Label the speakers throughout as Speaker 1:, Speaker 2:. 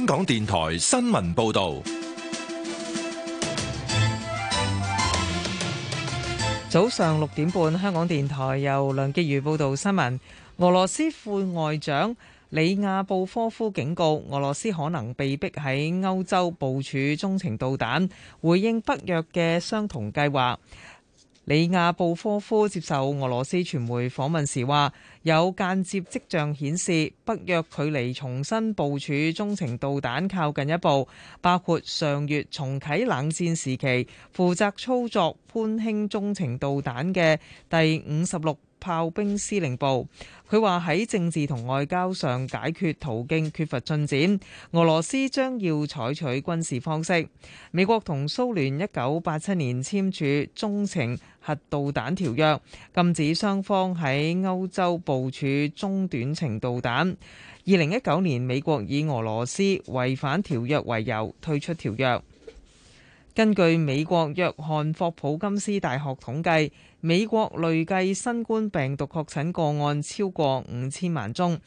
Speaker 1: 香港電台新聞報道。
Speaker 2: 早上6點半，香港電台由梁潔如報道新聞。俄羅斯副外長里亞布科夫警告，俄羅斯可能被逼喺歐洲部署中程導彈，回應北約嘅相同計劃。里亞布科夫接受俄羅斯傳媒訪問時話，有間接跡象顯示北約距離重新部署中程導彈靠近一步，包括上月重啟冷戰時期負責操作潘興中程導彈嘅第56炮兵司令部。佢話喺政治同外交上解決途徑缺乏進展，俄羅斯將要採取軍事方式。美國同蘇聯1987年簽署中程核導彈條約，禁止雙方喺歐洲部署中短程導彈。2019年，美國以俄羅斯違反條約為由退出條約。根據美國約翰霍普金斯大學統計，美國累計新冠病毒確診個案超過5000萬宗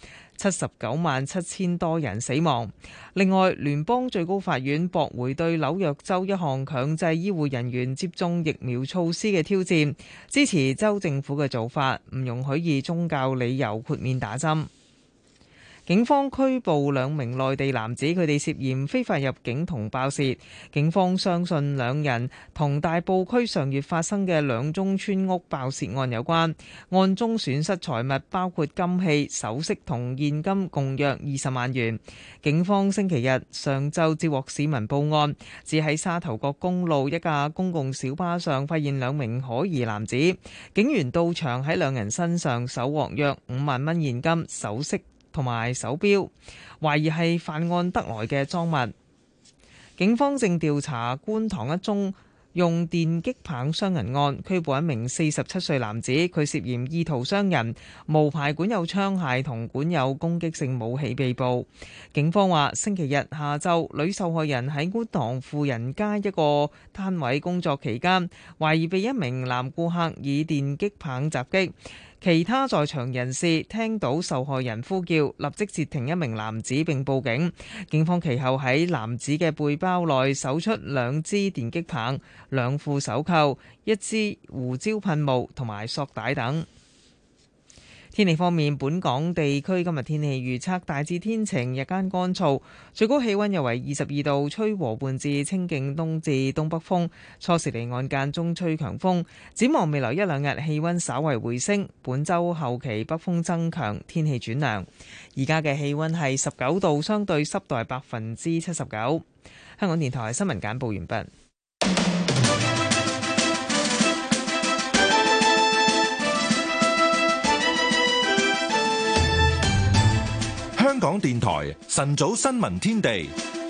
Speaker 2: ，79萬7000多人死亡。另外，聯邦最高法院駁回對紐約州一項強制醫護人員接種疫苗措施嘅挑戰，支持州政府嘅做法，唔容許以宗教理由豁免打針。警方拘捕2名內地男子，佢哋涉嫌非法入境同爆竊。警方相信2人同大埔區上月發生嘅2宗村屋爆竊案有關，案中損失財物包括金器、首飾同現金共約20萬元。警方星期日上晝接獲市民報案，指喺沙頭角公路一架公共小巴上發現2名可疑男子，警員到場喺2人身上搜獲約5萬蚊現金、首飾同埋手錶，懷疑係犯案得來嘅贓物。警方正調查觀塘一宗用電擊棒傷人案，拘捕1名47歲男子，佢涉嫌意圖傷人、無牌管有槍械同管有攻擊性武器被捕。警方話，星期日下晝，女受害人喺觀塘富人街一個單位工作期間，懷疑被1名男顧客以電擊棒襲擊。其他在場人士聽到受害人呼叫，立即截停1名男子並報警。警方其後喺男子嘅背包內搜出2支電擊棒、2副手銬、1支胡椒噴霧同埋索帶等。天氣方面，本港地區今日天氣預測大致天晴，日間乾燥，最高氣溫約為22度，吹和緩至清勁東至東北風，初時離岸間中吹強風。展望未來1-2日氣溫稍為回升，本週後期北風增強，天氣轉涼。而家嘅氣溫係19度，相對濕度係79%。香港電台新聞簡報完畢。
Speaker 1: 香港電台晨早新聞天地，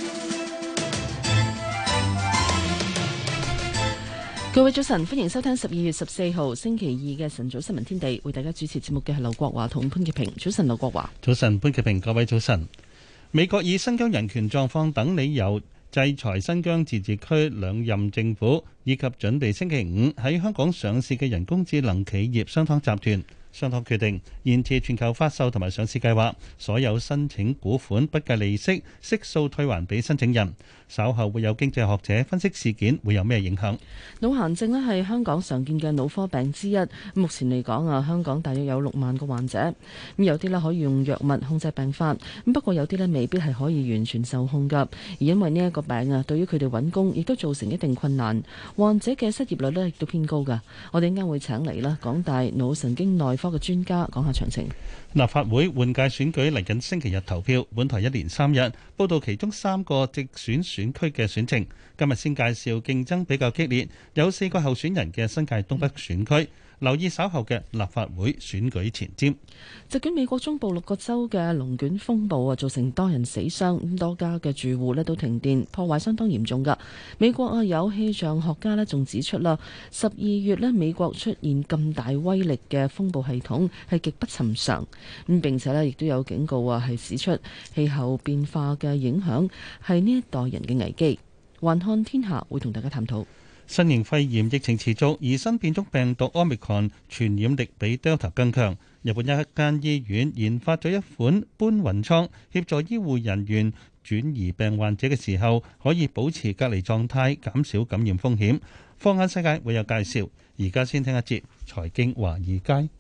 Speaker 3: 各位早晨，歡迎收聽12月14號星期二嘅晨早新聞天地，為大家主持節目嘅係劉國華同潘潔平。早晨，劉國華。
Speaker 4: 早晨，潘潔平。各位早晨。美國以新疆人權狀況等理由制裁新疆自治區2任政府，以及準備星期5喺香港上市嘅人工智能企業商湯集團。商湯決定延遲全球發售同埋上市計劃，所有申請股款不計利息，悉數退還俾申請人。稍後會有經濟學者分析事件會有咩影響。
Speaker 3: 腦癇症咧係香港常見嘅腦科病之一，目前嚟講啊，香港大約有6萬個患者。咁有啲咧可以用藥物控制病發，咁不過有啲咧未必係可以完全受控噶。而因為呢一個病啊，對於佢哋揾工亦都造成一定困難，患者嘅失業率咧亦都偏高噶。我哋啱會請嚟啦，港大腦神經內科嘅專家講下詳情。
Speaker 4: 立法會換屆選舉嚟緊星期日投票，本台一連3日報道其中3個直選選區嘅選情。今日先介紹競爭比較激烈，有4個候選人嘅新界東北選區。留意稍後嘅立法會選舉前瞻。
Speaker 3: 席捲美國中部6個州嘅龍捲風暴啊，造成多人死傷，多家嘅住戶咧都停電，破壞相當嚴重噶。美國啊有氣象學家咧仲指出啦，12月咧美國出現咁大威力嘅風暴系統係極不尋常。咁並且咧亦都有警告啊，係指出氣候變化嘅影響係呢一代人嘅危機。環看天下會同大家探討。
Speaker 4: 新型肺炎疫情持續，而新變種病毒 Omicron 傳染力比 Delta 更強。日本一間醫院研發咗一款搬運艙，協助醫護人員轉移病患者嘅時候，可以保持隔離狀態，減少感染風險。放眼世界會有介紹，而家先聽一節財經華爾街。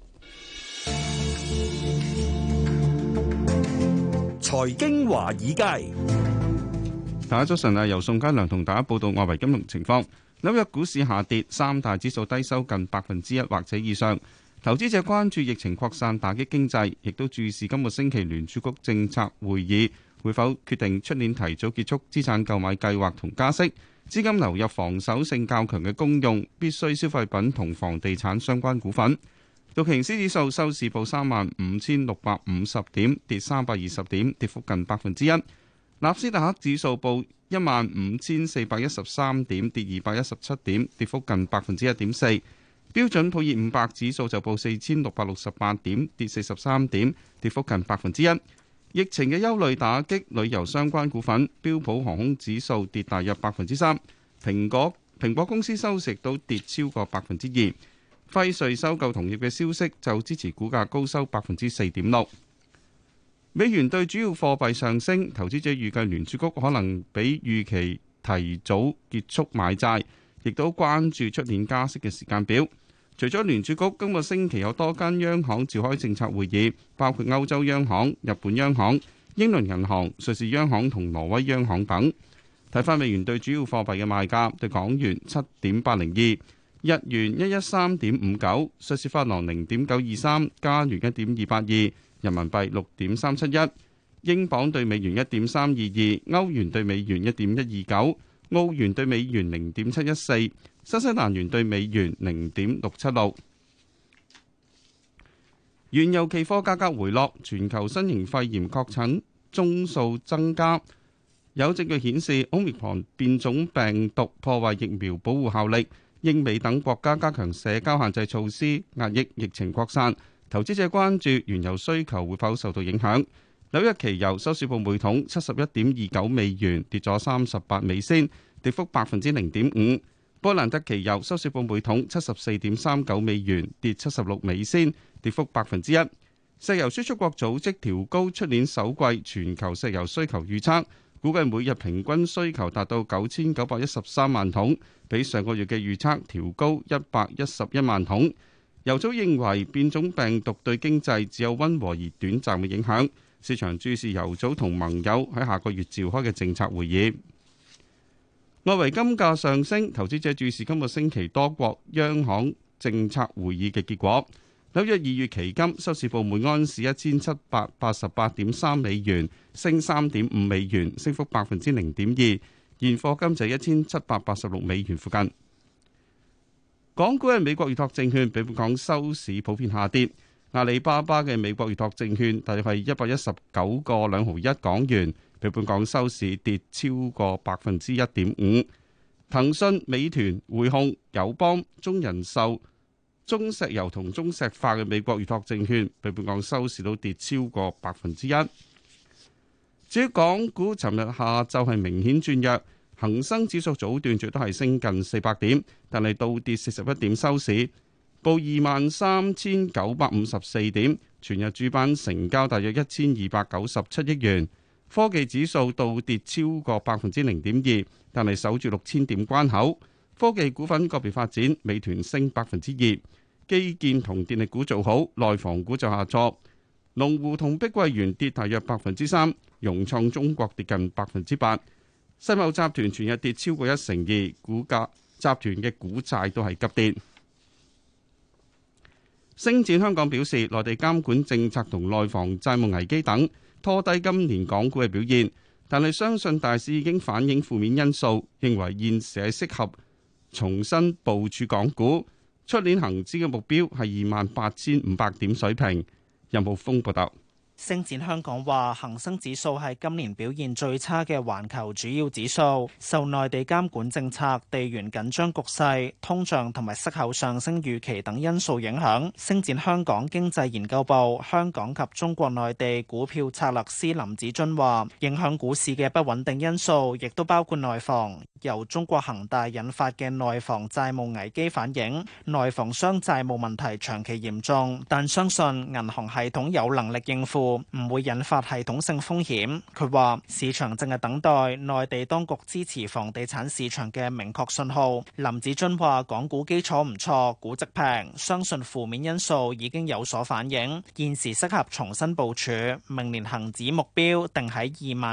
Speaker 5: 財經華爾街，
Speaker 6: 大家早晨啊！由宋嘉良同大家報道外圍金融情況。紐約股市下跌，三大指數低收近1%或者以上。投資者關注疫情擴散打擊經濟，亦都注視今個星期聯儲局政策會議會否決定出年提早結束資產購買計劃同加息。資金流入防守性較強嘅公用、必需消費品同房地產相關股份。道瓊斯指數收市報35,650點，跌320點，跌幅近1%。納斯達克指數報15,413點，跌217點，跌幅近1.4%。標準普爾500指數就報4,668點，跌43點，跌幅近1%。疫情嘅憂慮打擊旅遊相關股份，標普航空指數跌大約3%。蘋果公司收市都跌超過2%。輝瑞收購同業嘅消息就支持股價高收4.6%。美元對主要貨幣上升，投資者預計聯儲局可能比預期提早結束買債，亦都關注出年加息嘅時間表。除咗聯儲局，今個星期有多間央行召開政策會議，包括歐洲央行、日本央行、英倫銀行、瑞士央行同挪威央行等。睇返美元對主要貨幣嘅賣價，對港元7.802，日元113.59，瑞士法郎0.923，加元1.282，人民幣6.371，英鎊對美元1.322，歐元對美元1.129，澳元對美元0.714，新西蘭元對美元0.676。原油期貨價格回落，全球新型肺炎確診宗數增加，有證據顯示 Omicron 變種病毒破壞疫苗保護效力。英美等國家加強社交限制措施，壓抑疫情擴散。投資者關注原油需求會否受到影響。紐約期油收市報每桶71.29美元，跌咗38美仙，跌幅0.5%。波蘭特期油收市報每桶74.39美元，跌76美仙，跌幅1%。石油輸出國組織調高出年首季全球石油需求預測，估計每日平均需求達到9,913萬桶，比上個月嘅預測調高111萬桶。油組認為變種病毒對經濟只有溫和而短暫嘅影響，市場注視油組同盟友喺下個月召開嘅政策會議。外圍金價上升，投資者注視今個星期多國央行政策會議嘅結果。紐約2月期金收市報每安士1788.3美元，升3.5美元，升幅0.2%。現貨金就1786美元附近。港股嘅美國預託證券比本港收市普遍下跌。阿里巴巴嘅美國預託證券大約係119個2毫1港元，比本港收市跌超過1.5%。騰訊、美團、匯控、友邦、中人壽、中石油同中石化嘅美國預託證券比本港收市都跌超過1%。至於港股，尋日下晝係明顯轉弱，恒生指數早段最多係升近400點，但係倒跌41點收市，報23,954點。全日主板成交大約1,297億元。科技指數倒跌超過0.2%，但係守住6000點關口。科技股份個別發展，美團升2%，基建同電力股做好，內房股就下挫。龍湖同碧桂園跌大約3%，融創中國跌近8%。世茂集團全日跌超過1%，股價集團嘅股債都係急跌。星展香港表示，內地監管政策同內房債務危機等拖低今年港股嘅表現，但係相信大市已經反映負面因素，認為現時係適合重新部署港股。出年恒指嘅目標係28,500點水平。任浩峰報道。
Speaker 7: 星展香港話，恒生指數係今年表現最差嘅環球主要指數，受內地監管政策、地緣緊張局勢、通脹同埋息口上升預期等因素影響。星展香港經濟研究部香港及中國內地股票策略師林子津話，影響股市嘅不穩定因素亦都包括內房。由中國恒大引發嘅內房債務危機反映，內房商債務問題長期嚴重，但相信銀行系統有能力應付。 戶，唔會引發系統性風險。佢話市場正係等待內地當局支持房地產市場嘅明確信號。林子津話港股基礎唔錯，估值平，相信負面因素已經有所反映，現時適合重新部署。明年恒指目標定喺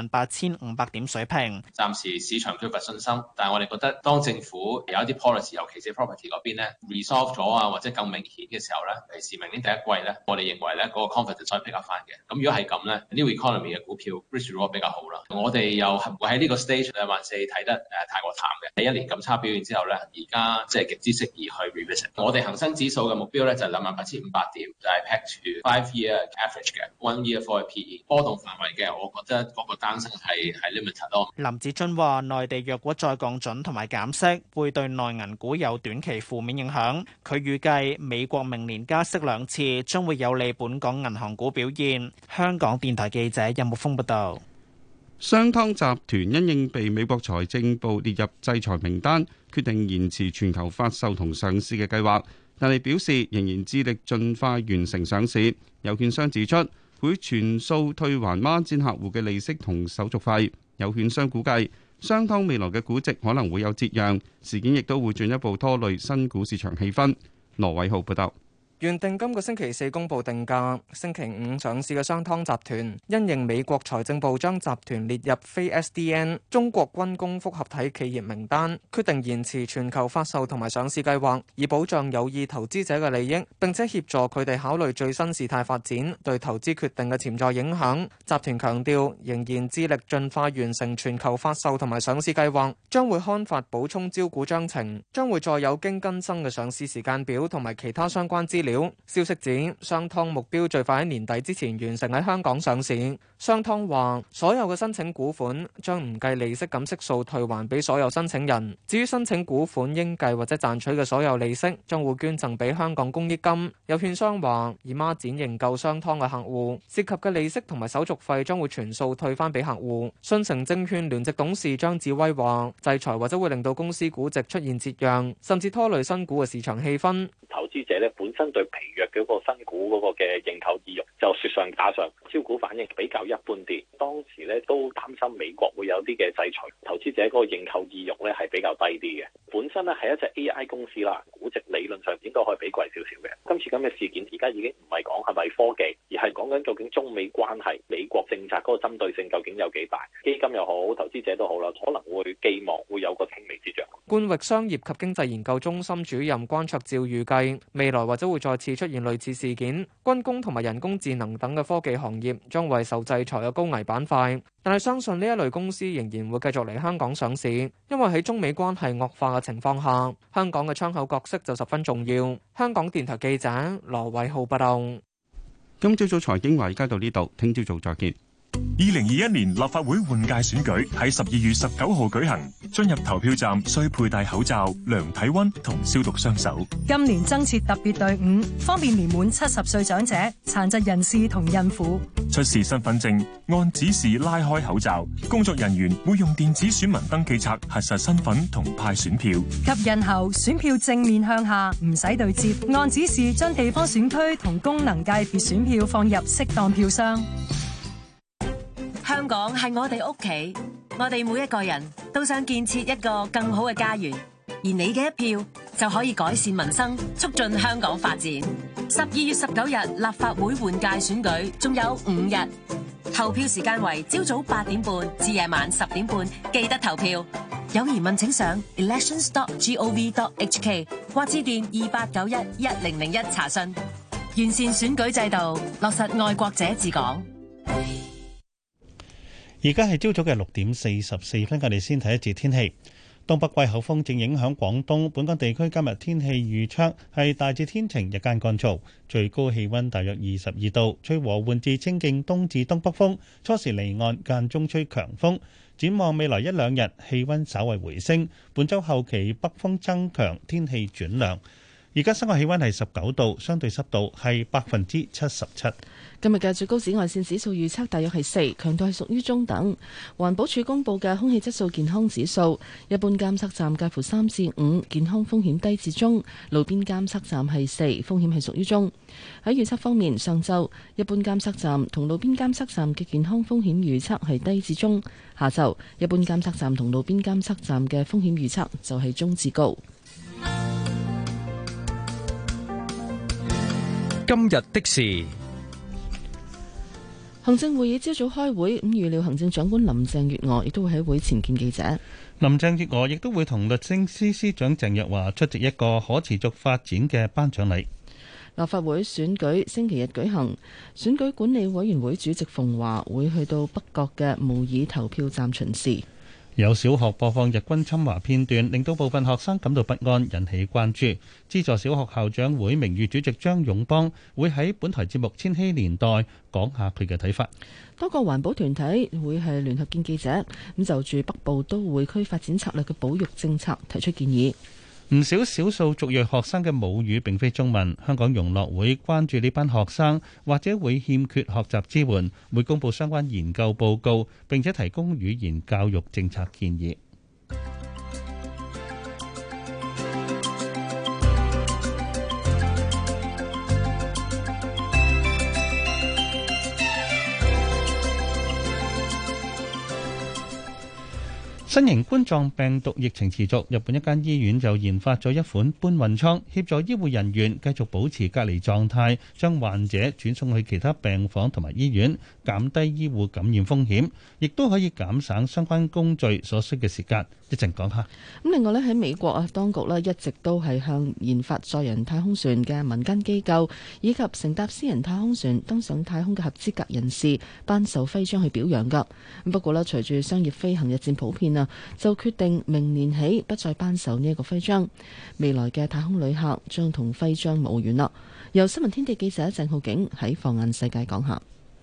Speaker 7: 28,500點水平。
Speaker 8: 暫時市場缺乏信心，但係我哋覺得當政府有一啲 policy，尤其是 property 嗰邊咧 resolve 咗啊，或者更明顯嘅時候咧，尤其是明年第一季咧，我哋認為咧嗰個 confidence 再 pick up 翻嘅。咁如果係咁咧，new economy 嘅股票 risk reward 比較好啦。我哋又唔會喺呢個 stage 還是睇得太過淡嘅。喺一年咁差表現之後咧，而家即係極之適宜去 revisit。我哋恒生指數嘅目標咧就係28,500點，就係 peg to 5-year average 嘅 1 year for PE 波動範圍嘅，我覺得嗰個單身係 limited 咯。
Speaker 7: 林子津話：內地若果再降準同埋減息，會對內銀股有短期負面影響。佢預計美國明年加息2次，將會有利本港銀行股表現。香港電台記者任木峰報道。
Speaker 6: 商湯集團因應被美國財政部列入制裁名單，決定延遲全球發售同上市嘅計劃，但係表示仍然致力盡快完成上市。有券商指出，會全數退還孖展客戶嘅利息同手續費。有券商估計，商湯未來嘅估值可能會有折讓，事件亦都會進一步拖累新股市場氣氛。羅偉浩報道。
Speaker 9: 原定今個星期四公佈定價，星期五上市嘅商湯集團，因應美國財政部將集團列入非 SDN 中國軍工複合體企業名單，決定延遲全球發售同埋上市計劃，以保障有意投資者嘅利益，並且協助佢哋考慮最新事態發展對投資決定嘅潛在影響。集團強調，仍然致力盡快完成全球發售同埋上市計劃，將會刊發補充招股章程，將會再有經更新嘅上市時間表同埋其他相關資料。消息指，商湯目標最快喺年底之前完成喺香港上市。商湯話，所有嘅申請股款將唔計利息咁息數退還俾所有申請人。至於申請股款應計或者賺取嘅所有利息，將會捐贈俾香港公益金。有券商話，以孖展認購商湯嘅客戶涉及嘅利息同埋手續費將會全數退翻俾客戶。信誠證券聯席董事張志威話，制裁或者會令到公司估值出現折讓，甚至拖累新股嘅市場氣氛。
Speaker 10: 投資者咧本身對疲弱嘅嗰個新股嗰個嘅認購意欲就雪上加霜，招股反應比較一般啲。當時咧都擔心美國會有啲嘅制裁，投資者嗰個認購意欲咧係比較低啲嘅。本身咧係一隻 AI 公司啦，估值理論上應該可以比貴少少嘅。今次咁嘅事件而家已經唔係講係咪科技，而係講緊究竟中美關係、美國政策嗰個針對性究竟有幾大？基金又好，投資者都好啦，可能會寄望會有個輕微之漲。
Speaker 9: 冠域商業及經濟研究中心主任關卓照預計，未來或者會再次出現類似事件，軍工同埋人工智能等嘅科技行業將會受制裁嘅高危板塊。但係相信呢一類公司仍然會繼續嚟香港上市，因為喺中美關係惡化嘅情況下，香港嘅窗口角色就十分重要。香港電台記者羅偉浩報道。
Speaker 6: 今朝早財經華爾街到呢度，聽朝早再見。
Speaker 11: 2021年立法會換屆選舉喺12月19號舉行，進入投票站需佩戴口罩、量體溫同消毒雙手。
Speaker 12: 今年增設特別隊伍，方便年滿70歲長者、殘疾人士同孕婦。
Speaker 11: 出示身份證，按指示拉開口罩，工作人員會用電子選民登記冊核實身份同派選票。
Speaker 12: 及印後，選票正面向下，唔使對接，按指示將地方選區同功能界別選票放入適當票箱。
Speaker 13: 香港係我哋屋企，我哋每一個人都想建設一個更好嘅家園，而你嘅一票就可以改善民生，促進香港發展。12月19日立法會換屆選舉仲有5日，投票時間為朝早8點半至夜晚10點半，記得投票。有疑問請上 elections.gov.hk 或致電28911001查詢。完善選舉制度，落實愛國者治港。
Speaker 4: 而家係朝早嘅6:44，我哋先睇一節天氣。東北季候風正影響廣東，本港地區今日天氣預測係大致天晴，日間乾燥，最高氣溫大約22度，吹和緩至清勁東至東北風，初時離岸，間中吹強風。展望未來一兩日，氣溫稍為回升，本週後期北風增強，天氣轉涼。 而家室外氣溫係19度，相對濕度係77%。
Speaker 3: 今日嘅最高紫外線指數預測大約係4，強度係屬於中等。環保署公布嘅空氣質素健康指數，一般監測站介乎3至5，健康風險低至中；路邊監測站係4，風險係屬於中。喺預測方面，上晝一般監測站同路邊監測站嘅健康風險預測係低至中；下晝一般監測站同路邊監測站嘅風險預測就係中至高。
Speaker 5: 今日的事，
Speaker 3: 行政會議朝早開會，咁預料行政長官林鄭月娥亦都會喺會前見記者。
Speaker 4: 林鄭月娥亦都會同律政司司長鄭若驊出席一個可持續發展嘅頒獎禮。
Speaker 3: 立法會選舉星期日舉行，選舉管理委員會主席馮驊會去到北角嘅模擬投票站巡視。
Speaker 4: 有小學播放日軍侵華片段，令到部分學生感到不安，引起關注。資助小學校長會名譽主席張勇邦會喺本台節目《千禧年代》講下佢嘅睇法。
Speaker 3: 多個環保團體會係聯合見記者，咁就住北部都會區發展策略嘅保育政策提出建議。
Speaker 4: 唔少少數族裔學生嘅母語並非中文，香港融樂會關注呢班學生或者會欠缺學習支援，會公布相關研究報告，並且提供語言教育政策建議。新型冠狀病毒疫情持續，日本一間醫院就研發咗一款搬運艙，協助醫護人員繼續保持隔離狀態，將患者轉送去其他病房同埋醫院，減低醫護感染風險，亦都可以減省相關工序所需嘅時間。一陣講下。
Speaker 3: 咁另外咧，喺美國啊，當局咧一直都係向研發載人太空船嘅民間機構以及乘搭私人太空船登上太空嘅合資格人士頒授徽章去表揚噶。不過咧，隨住商業飛行日漸普遍啊，就決定明年起不再頒授呢一個徽章。未來嘅太空旅客將同徽章無緣啦。由新聞天地記者鄭浩景喺放眼世界講下。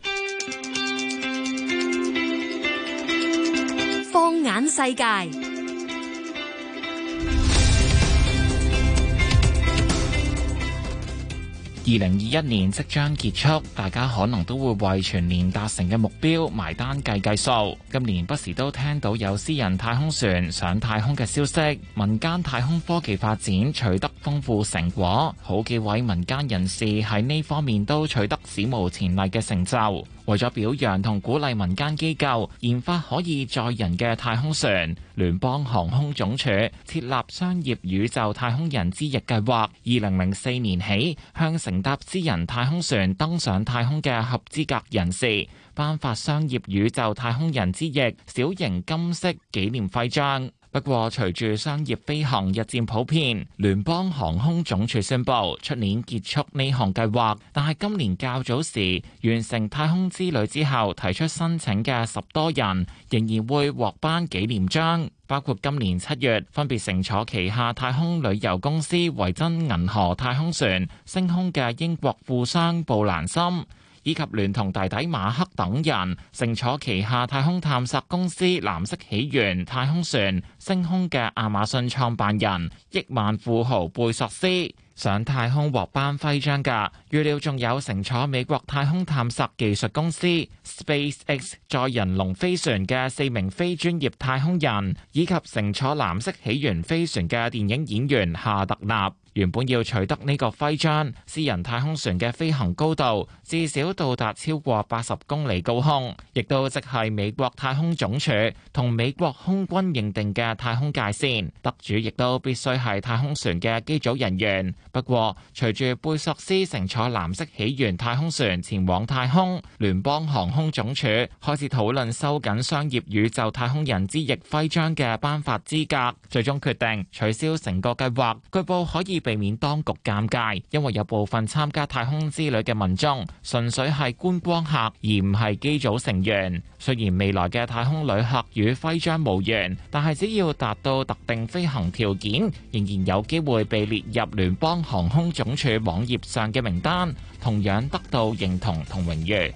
Speaker 13: 放眼世界。2021年即將結束，大家可能都會為全年達成嘅目標埋單計數。今年不時都聽到有私人太空船上太空嘅消息，民間太空科技發展取得豐富成果，好幾位民間人士喺呢方面都取得史無前例嘅成就。為咗表揚同鼓勵民間機構研發可以載人嘅太空船，聯邦航空總署設立商業宇宙太空人之翼計劃，2004年起向乘搭私人太空船登上太空嘅合資格人士頒發商業宇宙太空人之翼小型金色紀念徽章。不過，隨住商業飛行日漸普遍，聯邦航空總署宣布出年結束呢項計劃，但係今年較早時完成太空之旅之後提出申請嘅10多人，仍然會獲頒紀念章，包括今年7月分別乘坐旗下太空旅遊公司維珍銀河太空船升空嘅英國富商布蘭森，以及聯同弟弟馬克等人乘坐旗下太空探索公司藍色起源太空船升空嘅亞馬遜創辦人億萬富豪貝索斯。上太空獲頒徽章嘅，預料仲有乘坐美國太空探索技術公司 SpaceX 載人龍飛船嘅4名非專業太空人，以及乘坐藍色起源飛船嘅電影演員夏特納。原本要取得呢個徽章，私人太空船嘅飛行高度至少到達超過80公里高空，亦都即係美國太空總署同美國空軍認定嘅太空界線。得主亦都必須係太空船嘅機組人員。不過，隨住貝索斯乘坐藍色起源太空船前往太空，聯邦航空總署開始討論收緊商業宇宙太空人之翼徽章嘅頒發資格，最終決定取消成個計劃。據報可以避免當局尷尬，因為有部分參加太空之旅嘅民眾純粹係觀光客，而唔係機組成員。雖然未來嘅太空旅客與徽章無緣，但係只要達到特定飛行條件，仍然有機會被列入聯邦航空總署網頁上嘅名單，同樣得到認同同榮譽。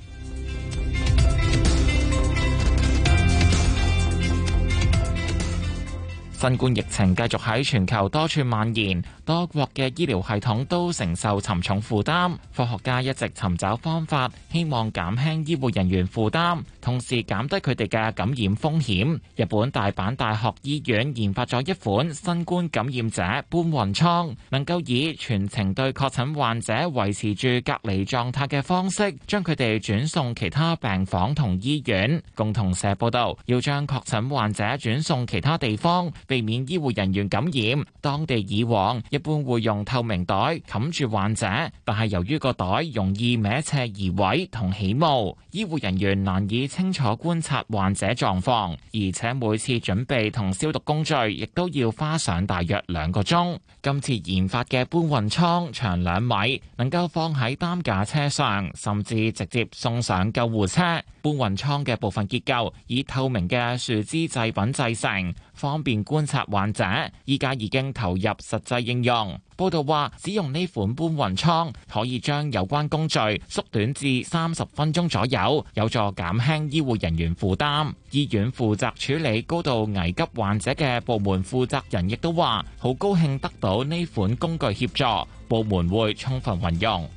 Speaker 14: 新冠疫情繼續喺全球多處蔓延，多國嘅醫療系統都承受沉重負擔。科學家一直尋找方法，希望減輕醫護人員負擔，同時減低佢哋嘅感染風險。日本大阪大學醫院研發咗一款新冠感染者搬運艙，能夠以全程對確診患者維持住隔離狀態嘅方式，將佢哋轉送其他病房同醫院。共同社報道，要將確診患者轉送其他地方，避免醫護人員感染。當地以往一般會用透明袋冚住患者，但係由於個袋容易歪斜移位同起霧，醫護人員難以清楚觀察患者狀況，而且每次準備同消毒工序亦都要花上大約2個鐘。今次研發嘅搬運艙長2米，能夠放喺擔架車上，甚至直接送上救護車。搬運艙嘅部分結構以透明嘅樹脂製品製成，方便觀察患者。依家已經投入實際應用。報道話，使用呢款搬運艙可以將有關工序縮短至30分鐘左右，有助減輕醫護人員負擔。醫院負責處理高度危急患者嘅部門負責人亦都話，好高興得到呢款工具協助，部門會充分運用。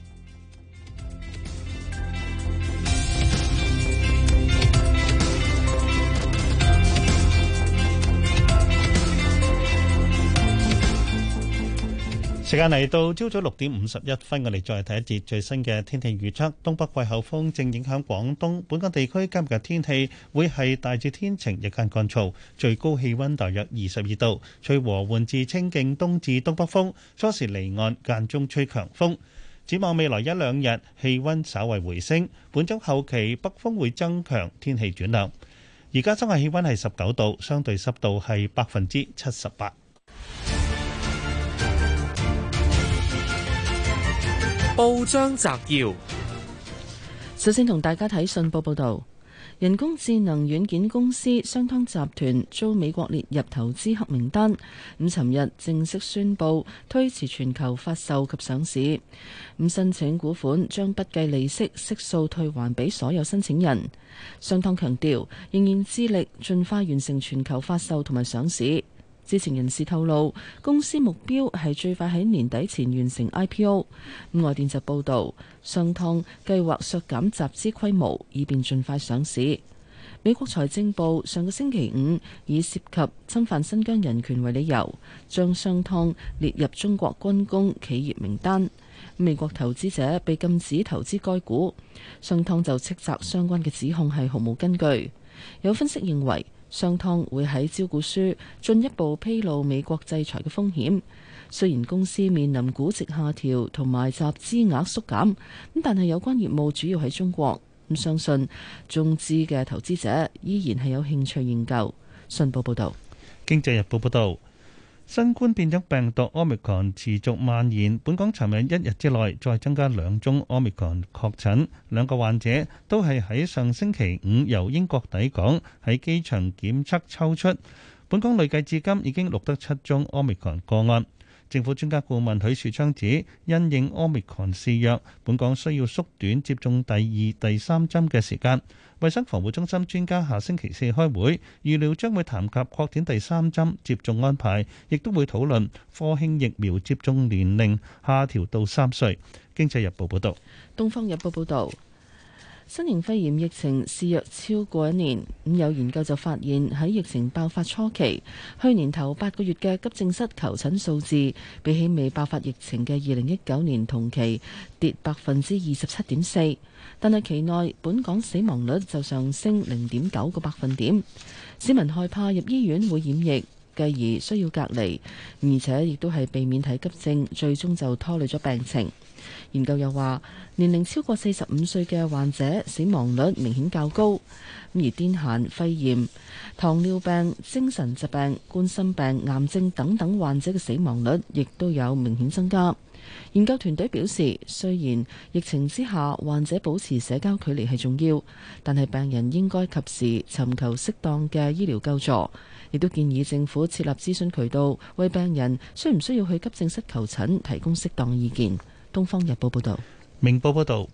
Speaker 4: 時間嚟到朝早6點51分，我哋再睇一節最新嘅天氣預測。東北季候風正影響廣東，本港地區今日嘅天氣會係大致天晴，日間乾燥，最高氣溫大約22度，吹和緩至清勁東至東北風，初時離岸，間中吹強風。展望未來1、2日，氣溫稍為回升，本週後期北風會增強，天氣轉涼。而家室外氣溫係19度，相對濕度係78%。
Speaker 15: 報章摘要：
Speaker 3: 首先同大家睇信報報道，人工智能軟件公司商湯集團遭美國列入投資黑名單。尋日正式宣布推遲全球發售及上市。申請股款將不計利息悉數退還俾所有申請人。商湯強調，仍然致力盡快完成全球發售同埋上市。知情人士透露，公司目標係最快喺年底前完成 IPO。外電就報導，商湯計劃削減集資規模，以便盡快上市。美國財政部上個星期五以涉及侵犯新疆人權為理由，將商湯列入中國軍工企業名單。美國投資者被禁止投資該股。商湯就斥責相關嘅指控係毫無根據。有分析認為，商湯會喺招股書進一步披露美國制裁嘅風險。雖然公司面臨估值下調同埋集資額縮減，但係有關業務主要喺中國，相信中資嘅投資者依然係有興趣研究。信報報道。
Speaker 4: 經濟日報報道，新冠變種病毒 Omicron 持續蔓延，本港尋日1日之內再增加2宗 Omicron 確診，2個患者都係喺上星期5由英國抵港，喺機場檢測抽出。本港累計至今已經錄得7宗 Omicron 個案。政府專家顧問許樹昌指，因應 Omicron 肆虐，本港需要縮短接種第2、第3針嘅時間。衛生防護中心專家下星期4開會，預料將會談及擴展第3針接種安排，亦都會討論科興疫苗接種年齡下調到3歲。經濟日報報道。
Speaker 3: 東方日報報道。新型肺炎疫情肆虐超過1年，有研究就發現喺疫情爆發初期，去年頭8個月嘅急症室求診數字，比起未爆發疫情嘅2019年同期跌27.4%，但係期內本港死亡率就上升0.9個百分點。市民害怕入醫院會染疫，繼而需要隔離，而且亦都係避免睇急症，最終就拖累咗病情。研究又話，年齡超過45歲嘅患者死亡率明顯較高，而癲癇、肺炎、糖尿病、精神疾病、冠心病、癌症等等患者嘅死亡率亦都有明顯增加。研究團隊表示，雖然疫情之下患者保持社交距離係重要，但係病人應該及時尋求適當嘅醫療救助，亦都建議政府設立諮詢渠道，為病人需唔需要去急症室求診提供適當意見。《東方日報》報道。
Speaker 4: 明報報道，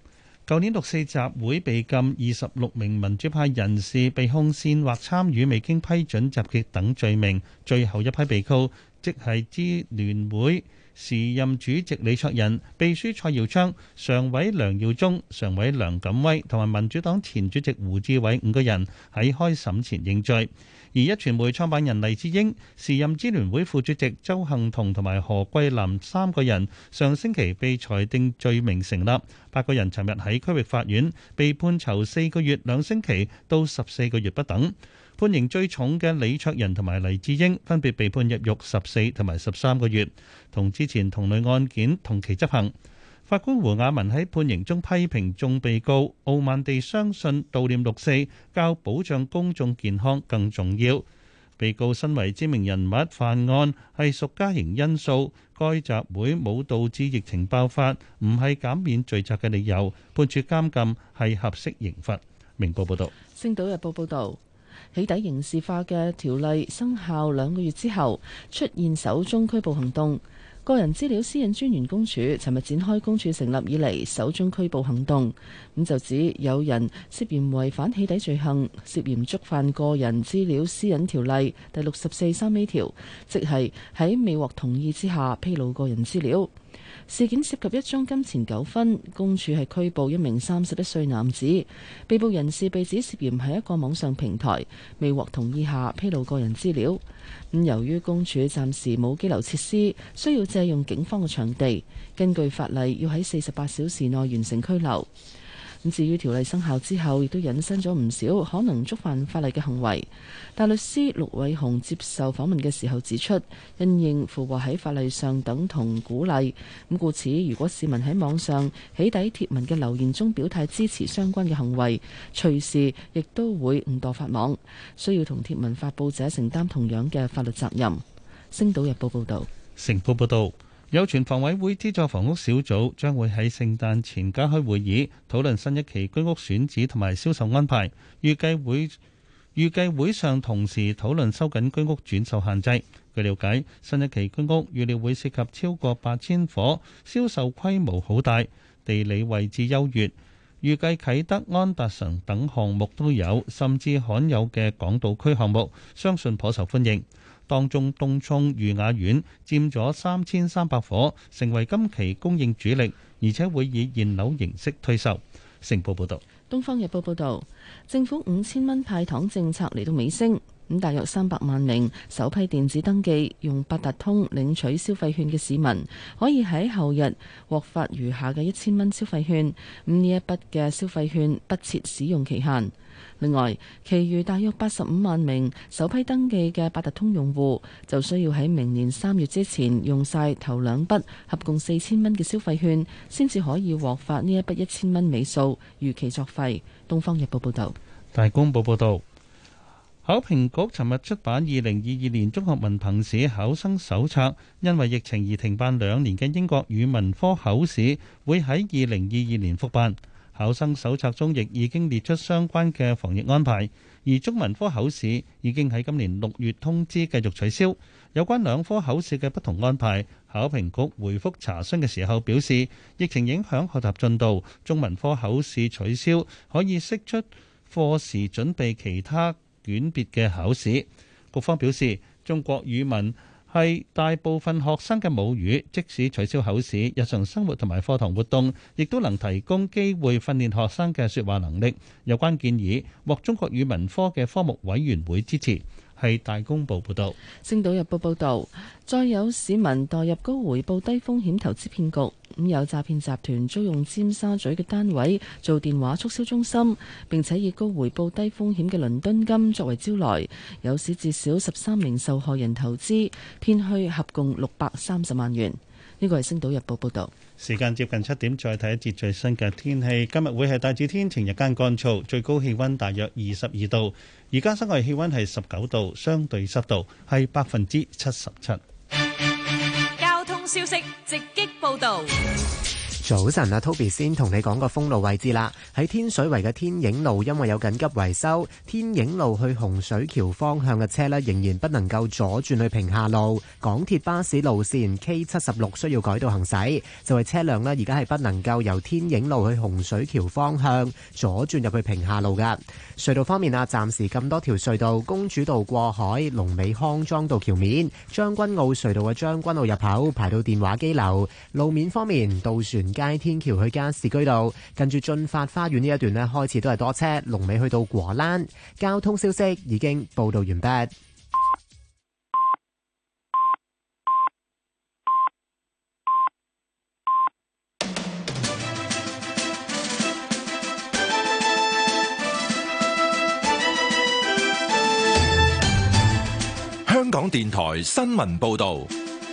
Speaker 4: 舊年六四集會被禁，26名民主派人士被控煽惑參與未經批准集結等罪名。最後一批被告，即係支聯會時任主席李卓人、秘書蔡耀昌、常委梁耀忠、常委梁錦威同埋民主黨前主席胡志偉5個人喺開審前認罪。而壹傳媒創辦人黎智英、時任支聯會副主席鄒幸彤同埋何桂藍3個人上星期被裁定罪名成立，8個人尋日喺區域法院被判囚4個月2星期到14個月不等。判刑最重嘅李卓人同埋黎智英分別被判入獄14同埋13個月，同之前同類案件同期執行。法官胡雅文喺判刑中批評眾被告傲慢地相信悼念六四較保障公眾健康更重要。被告身為知名人物犯案係屬加刑因素，該集會冇導致疫情爆發，唔係減免罪責嘅理由，判處監禁係合適刑罰。明報報道。
Speaker 3: 星島日報報道。起底刑事化嘅條例生效2個月之後，出現首宗拘捕行動。個人資料私隱專員公署尋日展開公署成立以嚟首宗拘捕行動，咁就指有人涉嫌違反起底罪行，涉嫌觸犯個人資料私隱條例第64(3)A 條，即係喺未獲同意之下披露個人資料。事件涉及一宗金錢糾紛，公署係拘捕一名31歲男子，被捕人士被指涉嫌喺一個網上平台未獲同意下披露個人資料。咁由於公署暫時冇羈留設施，需要借用警方嘅場地，根據法例要喺48小時內完成拘留。咁至於條例生效之後，亦都引申咗唔少可能觸犯法例嘅行為。大律師陸偉雄接受訪問嘅時候指出，因應附和喺法例上等同鼓勵，咁故此如果市民喺網上起底貼文嘅留言中表態支持相關嘅行為，隨時亦都會誤墮法網，需要同貼文發佈者承擔同樣嘅法律責任。星島日報報道。
Speaker 4: 成報報導。有傳房委會資助房屋小組將會喺聖誕前加開會議，討論新一期居屋選址同埋銷售安排。預計會上同時討論收緊居屋轉售限制。據了解，新一期居屋預料會涉及超過8000伙，銷售規模好大，地理位置優越。預計啟德、安達臣等項目都有，甚至罕有嘅港島區項目，相信頗受歡迎。當中東涌裕雅苑佔咗3300伙，成為今期供應主力，而且會以現樓形式推售。成報報導。
Speaker 3: 東方日報報導，政府5000蚊派糖政策嚟到尾聲，咁大約300萬名首批電子登記用八達通領取消費券嘅市民，可以喺後日獲發餘下嘅1000蚊消費券。咁呢一筆嘅消費券不設使用期限。另外，其餘大約85萬名首批登記嘅八達通用戶，就需要喺明年3月之前用晒頭2筆合共4000蚊嘅消費券，先至可以獲發呢一筆1000蚊尾數逾期作廢。東方日報報道。
Speaker 4: 大公報報道，考評局尋日出版2022年中學文憑試考生手冊，因為疫情而停辦2年嘅英國語文科口試會喺2022年復辦。考生手冊中亦已經列出相關嘅防疫安排，而中文科口試已經喺今年6月通知繼續取消。有關兩科口試嘅不同安排，考評局回覆查詢嘅時候表示，疫情影響學習進度，中文科口試取消可以釋出課時準備其他卷別嘅考試。局方表示，中國語文係大部分學生嘅母語，即使取消口試，日常生活同埋課堂活動亦都能提供機會訓練學生嘅說話能力。有關建議獲中國語文科嘅科目委員會支持。係大公報報道。
Speaker 3: 星島日報報道，再有市民墮入高回報低風險投資騙局。咁有詐騙集團租用尖沙咀嘅單位做電話促銷中心，並且以高回報低風險嘅倫敦金作為招來，有史至少13名受害人投資，騙去合共630萬元。呢個係星島日報報道。
Speaker 4: 時間接近7點，再睇一節最新嘅天氣。今日會係大致天晴，日間乾燥，最高氣溫大約22度。而家室外氣溫係19度，相對濕度係77%。
Speaker 13: 交通消息直擊報道。
Speaker 16: 早晨啊 ，Toby 先同你講個封路位置啦。喺天水圍嘅天影路，因為有緊急維修，天影路去洪水橋方向嘅車呢，仍然不能夠左轉去屏廈路。港鐵巴士路線 K76需要改道行駛，就係車輛呢，而家係不能夠由天影路去洪水橋方向左轉入去屏廈路噶。隧道方面啊，暫時咁多條隧道，公主道過海、龍尾康莊道橋面、將軍澳隧道嘅將軍澳入口排到電話機樓。路面方面，渡船街天橋去加士居道，近住駿發花園呢一段呢，開始都係多車，龍尾去到果欄。交通消息已經報道完畢。
Speaker 1: 香港電台新聞報道。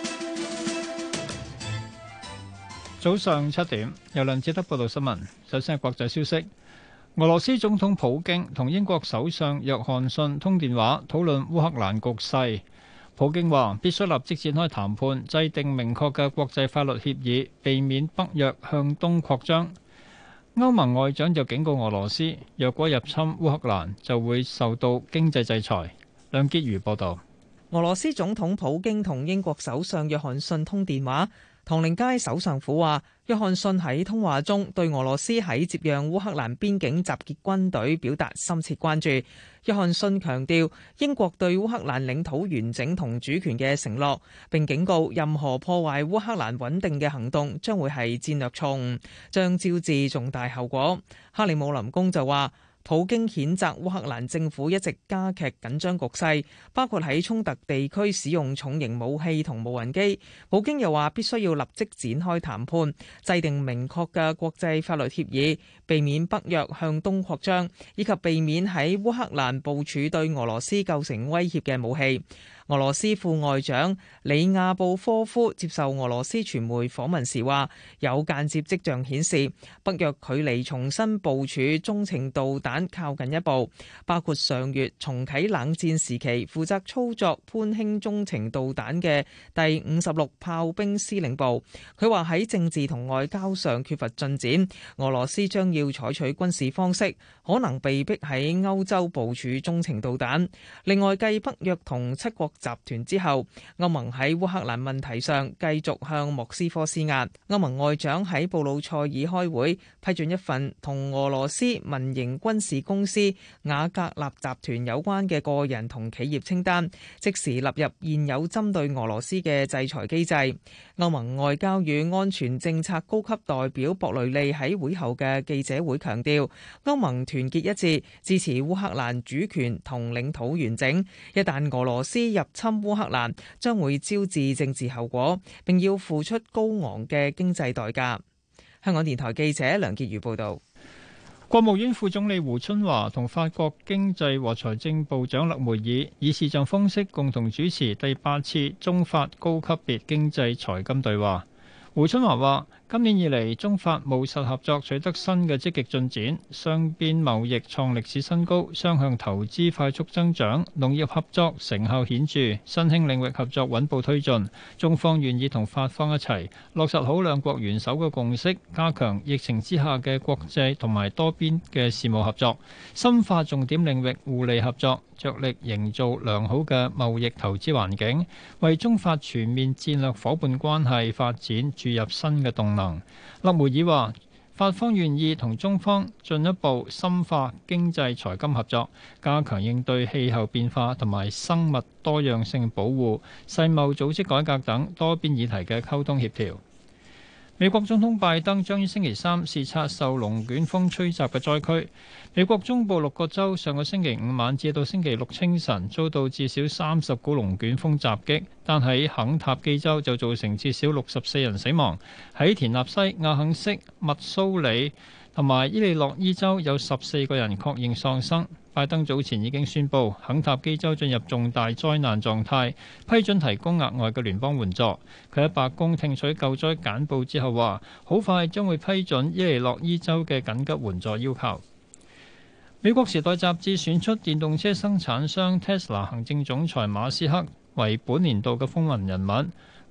Speaker 17: 早上7點，由梁志德報道新聞。首先係國際消息，俄羅斯總統普京同英國首相約翰遜通電話，討論烏克蘭局勢。普京話必須立即展開談判，制定明確嘅國際法律協議，避免北約向東擴張。歐盟外長就警告俄羅斯，若果入侵烏克蘭，就會受到經濟制裁。梁潔如報道。
Speaker 2: 俄羅斯總統普京同英國首相約翰遜通電話。唐寧街首相府話，約翰遜喺通話中對俄羅斯喺接壤烏克蘭邊境集結軍隊表達深切關注。約翰遜強調英國對烏克蘭領土完整同主權嘅承諾，並警告任何破壞烏克蘭穩定嘅行動將會係戰略錯誤，將招致重大後果。克里姆林宮就話，普京譴責烏克蘭政府一直加劇緊張局勢，包括喺衝突地區使用重型武器同無人機。普京又話必須要立即展開談判，制定明確嘅國際法律協議，避免北約向東擴張，以及避免喺烏克蘭部署對俄羅斯構成威脅嘅武器。俄羅斯副外長里亞布科夫接受俄羅斯傳媒訪問時話，有間接跡象顯示北約距離重新部署中程導彈靠近一步，包括上月重啟冷戰時期負責操作潘興中程導彈嘅第56炮兵司令部。佢話喺政治同外交上缺乏進展，俄羅斯將要採取軍事方式，可能被逼喺歐洲部署中程導彈。另外，繼北約同7國集團之後，歐盟喺烏克蘭問題上繼續向莫斯科施壓。歐盟外長喺布魯塞爾開會，批准一份同俄羅斯民營軍事公司瓦格納集團有關嘅個人同企業清單，即時納入現有針對俄羅斯嘅制裁機制。歐盟外交與安全政策高級代表博雷利喺會後嘅記者會強調，歐盟團結一致，支持烏克蘭主權同領土完整。一旦俄羅斯入侵烏克蘭，將會招致政治後果，並要付出高昂嘅經濟代價。香港電台記者梁潔如報導。
Speaker 17: 國務院副總理胡春華同法國經濟和財政部長勒梅爾以視像方式共同主持第8次中法高級別經濟財金對話。胡春華話：今年以嚟，中法務實合作取得新嘅積極進展，雙邊貿易創歷史新高，雙向投資快速增長，農業合作成效顯著，新興領域合作穩步推進。中方願意同法方一齊落實好兩國元首嘅共識，加強疫情之下嘅國際同埋多邊嘅事務合作，深化重點領域互利合作，着力營造良好嘅貿易投資環境，為中法全面戰略夥伴關係發展注入新嘅動能。勒梅爾話：法方願意同中方進一步深化經濟財金合作，加強應對氣候變化同埋生物多樣性保護、世貿組織改革等多邊議題嘅溝通協調。美國總統拜登將於星期三視察受龍捲風吹襲嘅災區。美國中部6個州上個星期五晚至到星期六清晨遭到至少30股龍捲風襲擊，但喺肯塔基州就造成至少64人死亡。喺田納西、亞肯色、密蘇里同埋伊利諾伊州有14個人確認喪生。拜登早前已經宣布肯塔基州進入重大災難狀態，批准提供額外嘅聯邦援助。佢喺白宮聽取救災簡報之後話，好快將會批准伊利諾伊州嘅緊急援助要求。美國時代雜誌選出電動車生產商 Tesla 行政總裁馬斯克為本年度嘅風雲人物。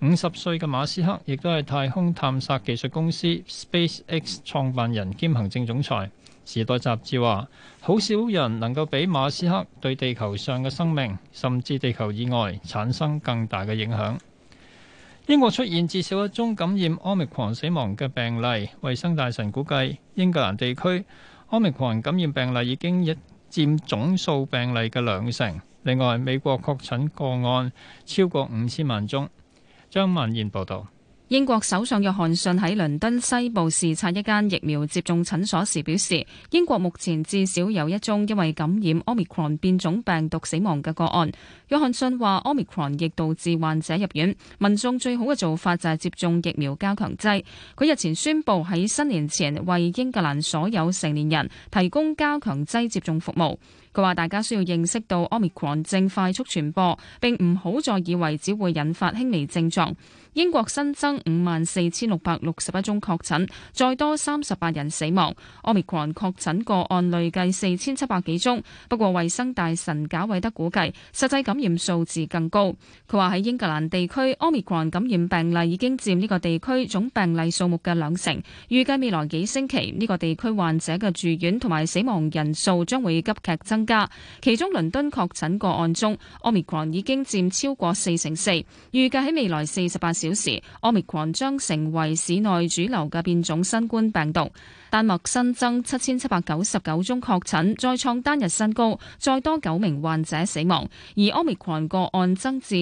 Speaker 17: 50歲嘅馬斯克亦都係太空探索技術公司 SpaceX 創辦人兼行政總裁。時代雜誌話，好少人能夠比馬斯克對地球上嘅生命，甚至地球以外產生更大嘅影響。英國出現至少一宗感染 Omicron 死亡嘅病例，衛生大臣估計英格蘭地區 Omicron 感染病例已經佔總數病例嘅2成。另外，美國確診個案超過5000萬宗。張曼燕報導。
Speaker 18: 英國首相約翰遜喺倫敦西部視察一間疫苗接種診所時表示，英國目前至少有一宗因為感染 Omicron 變種病毒死亡嘅個案。約翰遜話 Omicron 亦導致患者入院，民眾最好嘅做法就係接種疫苗加強劑。佢日前宣布喺新年前為英格蘭所有成年人提供加強劑接種服務。佢話大家需要認識到 Omicron 正快速傳播，並唔好再以為只會引發輕微症狀。英國新增54,661宗確診，再多38人死亡。Omicron 確診個案累計4700幾宗，不過衛生大臣賈偉德估計實際感染數字更高。佢話喺英格蘭地區 Omicron 感染病例已經佔呢個地區總病例數目嘅2成，預計未來幾星期呢個地區患者嘅住院同埋死亡人數將會急劇增加。其中倫敦確診個案中 Omicron 已經佔超過4成4，預計喺未來48小時 Omicron 將成為市內主流嘅變種新冠病毒。丹麥新增7799宗確診，再創單日新高，再多9名患者死亡，而 Omicron 個案增至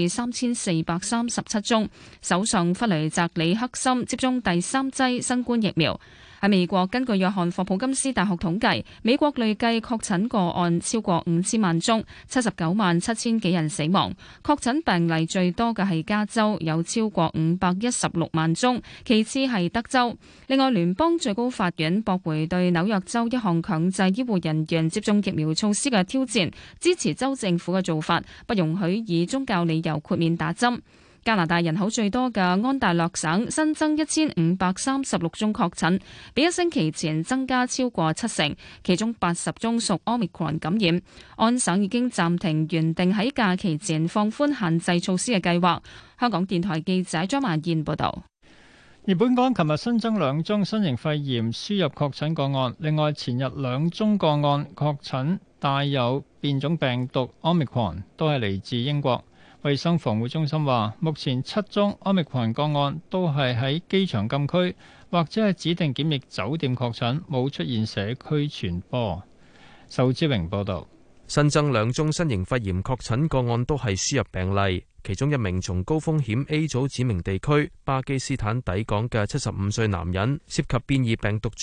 Speaker 18: 3437宗。首相弗雷澤里克森接種第3劑新冠疫苗。喺美國，根據約翰霍普金斯大學統計，美國累計確診個案超過5000萬宗，79萬7千幾人死亡。確診病例最多嘅係加州，有超過516萬宗，其次係德州。另外，聯邦最高法院駁回對紐約州一項強制醫護人員接種疫苗措施嘅挑戰，支持州政府嘅做法，不容許以宗教理由豁免打針。加拿大人口最多嘅安大略省新增1536宗確診，比一星期前增加超過7成，其中80宗屬 Omicron 感染。安省已經暫停原定喺假期前放寬限制措施嘅計劃。香港電台記者張曼燕報導。
Speaker 17: 而本港琴日新增2宗新型肺炎輸入確診個案，另外前日2宗個案確診帶有變種病毒 Omicron， 都係嚟自英國。衛生防護中心話，目前7宗 Omicron 個案都係喺機場禁區或者係指定檢疫酒店確診，冇出現社區傳播。仇志榮報導。
Speaker 19: 新增2宗新型肺炎確診個案都係輸入病例，其中一名從高風險 A 組指明地區巴基斯坦抵港嘅75歲男人涉及變異病毒株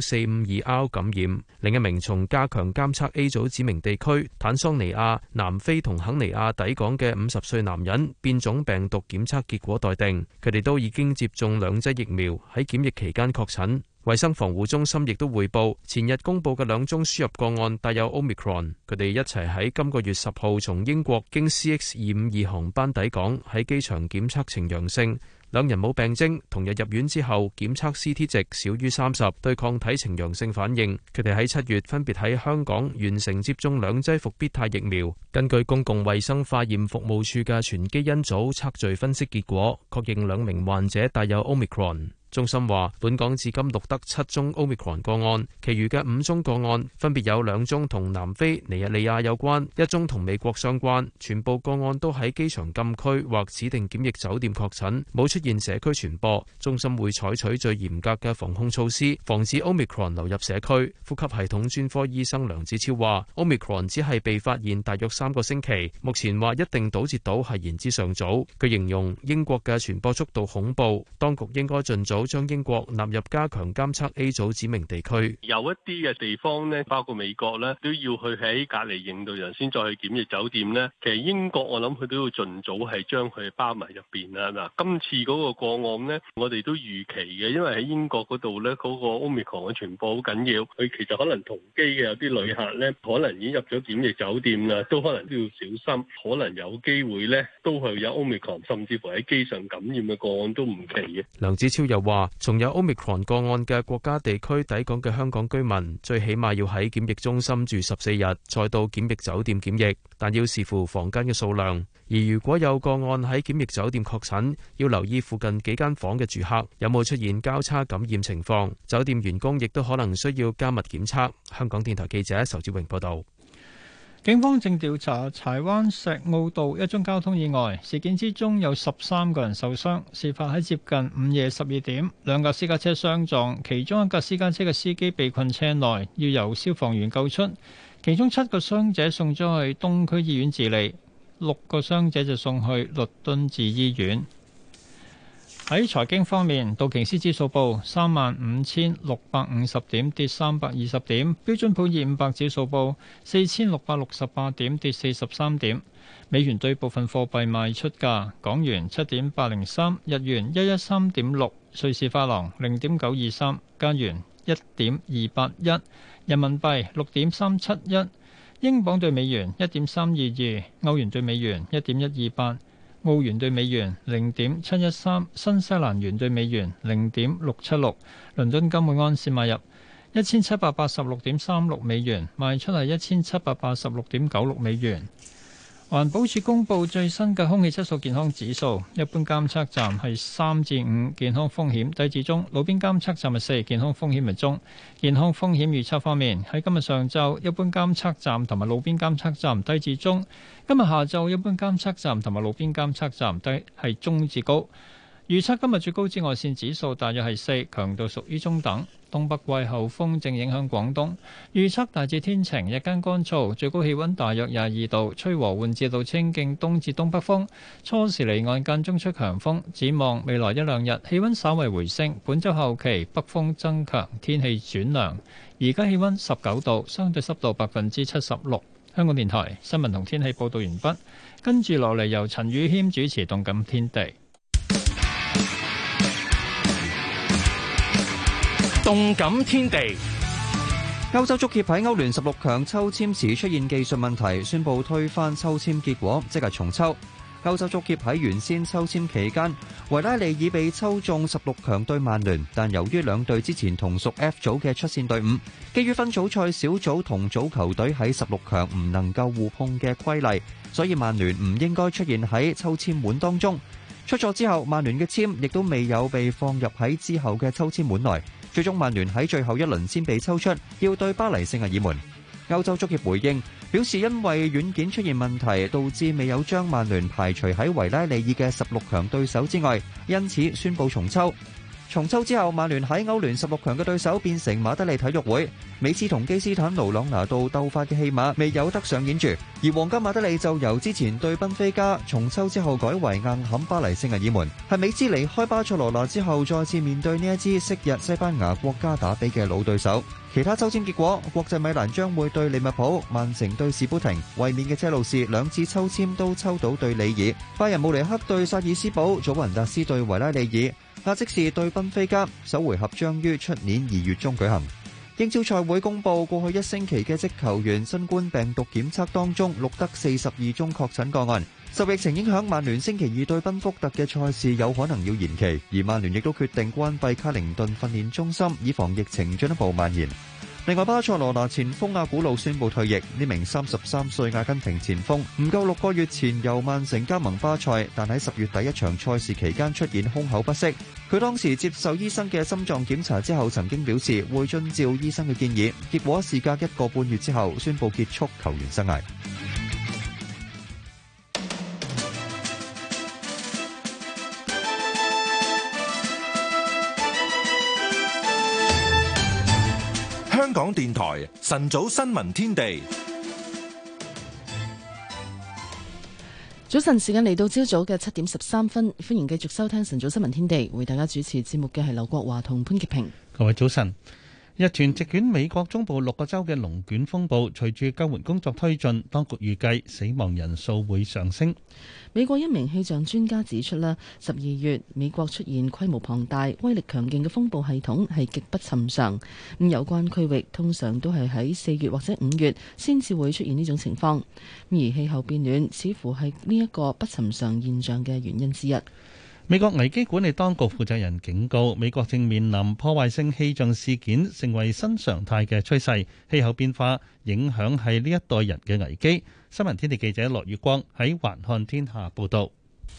Speaker 19: L452R 感染，另一名從加強監測 A 組指明地區坦桑尼亞、南非同肯尼亞抵港嘅50歲男人變種病毒檢測結果待定，佢哋都已經接種2劑疫苗，喺檢疫期間確診。衛生防護中心亦都匯報，前日公佈嘅2宗輸入個案帶有 Omicron， 佢哋一齊喺今個月10號從英國經 CX252 航班抵港，喺機場檢測呈陽性。2人冇病徵，同日入院之後檢測 CT 值少於30，對抗體呈陽性反應。佢哋喺7月分別喺香港完成接種2劑復必泰疫苗。根據公共衛生化驗服務處嘅全基因組測序分析結果，確認2名患者帶有 Omicron。中心話，本港至今錄得7宗 Omicron 個案，其餘嘅5宗個案分別有2宗同南非、尼日利亞有關，1宗同美國相關，全部個案都喺機場禁區或指定檢疫酒店確診，冇出現社區傳播。中心會採取最嚴格嘅防控措施，防止 Omicron 流入社區。呼吸系統專科醫生梁子超話 ，Omicron 只係被發現大約3個星期，目前話一定堵截到係言之尚早。佢形容英國嘅傳播速度恐怖，當局應該盡早將英國納入加強監測 A 組指明地區。
Speaker 20: 有一啲嘅地方呢，包括美國呢，都要去喺隔離營度人先再去檢疫酒店呢。其實英國我諗佢都要盡早係將佢包埋入邊啦。嗱，今次嗰個個案呢，我哋都預期嘅，因為喺英國嗰度呢，嗰個 Omicron 嘅傳播好緊要。佢其實可能同機嘅有啲旅客呢，可能已經入咗檢疫酒店啦，都可能都要小心，可能有機會呢，都係有 Omicron，甚至乎喺機上感染嘅個案都唔奇嘅。
Speaker 19: 梁子超又話，從有 Omicron 個案嘅國家地區抵港嘅香港居民，最起碼要喺檢疫中心住14日，再到檢疫酒店檢疫，但要視乎房間嘅數量。而如果有個案喺檢疫酒店確診，要留意附近幾間房嘅住客有冇出現交叉感染情況，酒店員工亦都可能需要加密檢測。香港電台記者仇志榮報道。
Speaker 17: 警方正調查柴灣石澳道一宗交通意外，事件之中有13個人受傷。事發喺接近午夜12點，兩架私家車相撞，其中一架私家車嘅司機被困車內，要由消防員救出。其中7個傷者送咗去東區醫院治理，6個傷者就送去律敦治醫院。喺財經方面，道瓊斯指數報35,650點，跌320點；標準普爾500指數報4,668點，跌43點。美元對部分貨幣賣出價：港元7.803，日元113.6，瑞士法郎0.923，加元1.281，人民幣6.371，英鎊對美元1.322，歐元對美元1.128。澳元對美元0.713，新西蘭元對美元0.676。倫敦金每安士買入1786.36美元，賣出係1786.96美元。環保署公布最新嘅空氣質素健康指數，一般監測站係3至5，健康風險低至中；路邊監測站係4，健康風險係中。健康風險預測方面，喺今日上晝，一般監測站同埋路邊監測站低至中；今日下晝，一般監測站同埋路邊監測站低係中至高。預測今日最高紫外線指數大約係4，強度屬於中等。東北季候風正影響廣東，預測大致天晴，日間乾燥，最高氣溫大約22度，吹和緩至到清勁東至東北風，初時離岸間中吹強風。展望未來一兩日，氣溫稍為回升，本週後期北風增強，天氣轉涼。而家氣溫19度，相對濕度76%。香港電台新聞同天氣報導完畢，跟住落嚟由陳宇謙主持《動感天地》。
Speaker 21: 動感天地，歐洲足協喺歐聯16強抽籤時出現技術問題，宣布推翻抽籤結果，即係重抽。歐洲足協喺原先抽籤期間，維拉利爾被抽中16強對曼聯，但由於兩隊之前同屬 F 組嘅出線隊伍，基於分組賽小組同組球隊喺16強唔能夠互碰嘅規例，所以曼聯唔應該出現喺抽籤碗當中。出咗之後，曼聯嘅籤亦都未有被放入喺之後嘅抽籤碗內。最終曼聯喺最後一輪先被抽出，要對巴黎聖日耳門。歐洲足協回應表示，因為軟件出現問題，導致未有將曼聯排除喺維拉利爾嘅16強對手之外，因此宣布重抽。重抽之後，曼聯喺歐聯16強嘅對手變成馬德里體育會，美斯同基斯坦奴朗拿度鬥法嘅戲碼未有得上演住，而皇家馬德里就由之前對賓菲加重抽之後改為硬撼巴黎聖日耳門，係美斯離開巴塞羅那之後再次面對呢一支昔日西班牙國家打比嘅老對手。其他抽籤結果，國際米蘭將會對利物浦，曼城對士砵亭，衛冕嘅車路士兩次抽籤都抽到對里爾，拜仁慕尼黑對薩爾斯堡，祖雲達斯對維拉利爾，亞積士對賓菲加，首回合將於出年2月中舉行。英超賽會公佈過去1星期嘅職球員新冠病毒檢測當中錄得42宗確診個案。受疫情影響，曼聯星期2對賓福特嘅賽事有可能要延期，而曼聯亦都決定關閉卡靈頓訓練中心，以防疫情進一步蔓延。另外，巴塞羅那前鋒阿古路宣布退役。呢名33歲阿根廷前鋒唔夠6個月前由曼城加盟巴塞，但喺10月第一場賽事期間出現胸口不適。佢當時接受醫生嘅心臟檢查之後，曾經表示會遵照醫生嘅建議，結果事隔1個半月之後宣布結束球員生涯。
Speaker 1: 香港電台晨早新聞天地，
Speaker 3: 早晨時間嚟到朝早嘅7點13分，歡迎繼續收聽晨早新聞天地，為大家主持節目嘅係劉國華同潘潔平。
Speaker 4: 各位早晨。日前席捲美國中部6個州嘅龍捲風暴，隨住救援工作推進，當局預計死亡人數會上升。
Speaker 3: 美國一名氣象專家指出啦，12月美國出現規模龐大、威力強勁嘅風暴系統係極不尋常。咁有關區域通常都係喺4月或者5月先至會出現呢種情況。而氣候變暖似乎係呢一個不尋常現象嘅原因之一。
Speaker 4: 美國危機管理當局負責人警告，美國正面臨破壞性氣象事件成為新常態嘅趨勢，氣候變化影響係呢一代人嘅危機。新聞天地記者羅月光喺環看天下報道。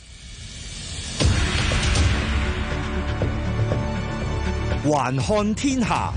Speaker 5: 環看天下。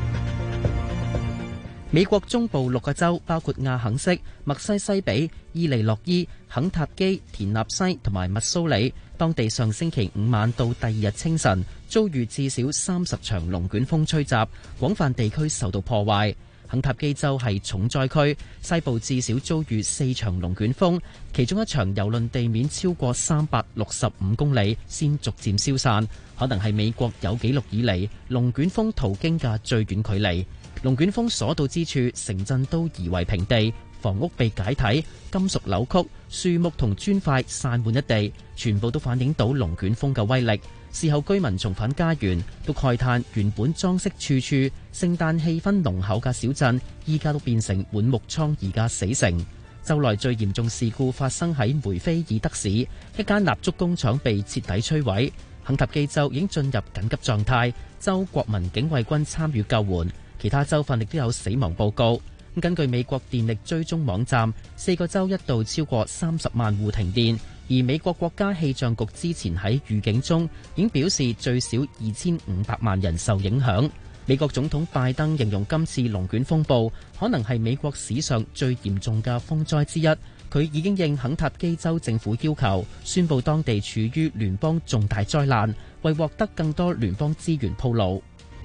Speaker 8: 美國中部6個州包括亞肯色、密西西比、伊利諾伊、肯塔基、田納西同埋密蘇里，當地上星期五晚到第二日清晨遭遇至少30場龍捲風吹襲，廣泛地區受到破壞。肯塔基州係重災區，西部至少遭遇4場龍捲風，其中一場遊論地面超過365公里先逐漸消散，可能係美國有紀錄以嚟龍捲風途經嘅最遠距離。龍捲風所到之處，城鎮都夷為平地，房屋被解體，金屬扭曲，樹木同磚塊散滿一地，全部都反映到龍捲風嘅威力。事後居民重返家園，都慨嘆原本裝飾處處、聖誕氣氛濃厚嘅小鎮，依家都變成滿目瘡痍嘅死城。州內最嚴重事故發生喺梅菲爾德市，一間蠟燭工廠被徹底摧毀。肯塔基州已經進入緊急狀態，州國民警衛軍參與救援。其他州份亦都有死亡報告。根據美國電力追蹤網站，4個州一度超過30萬戶停電，而美國國家氣象局之前喺預警中已經表示最少2500萬人受影響。美國總統拜登形容今次龍捲風暴可能係美國史上最嚴重嘅風災之一。佢已經應肯塔基州政府要求，宣布當地處於聯邦重大災難，為獲得更多聯邦資源鋪路。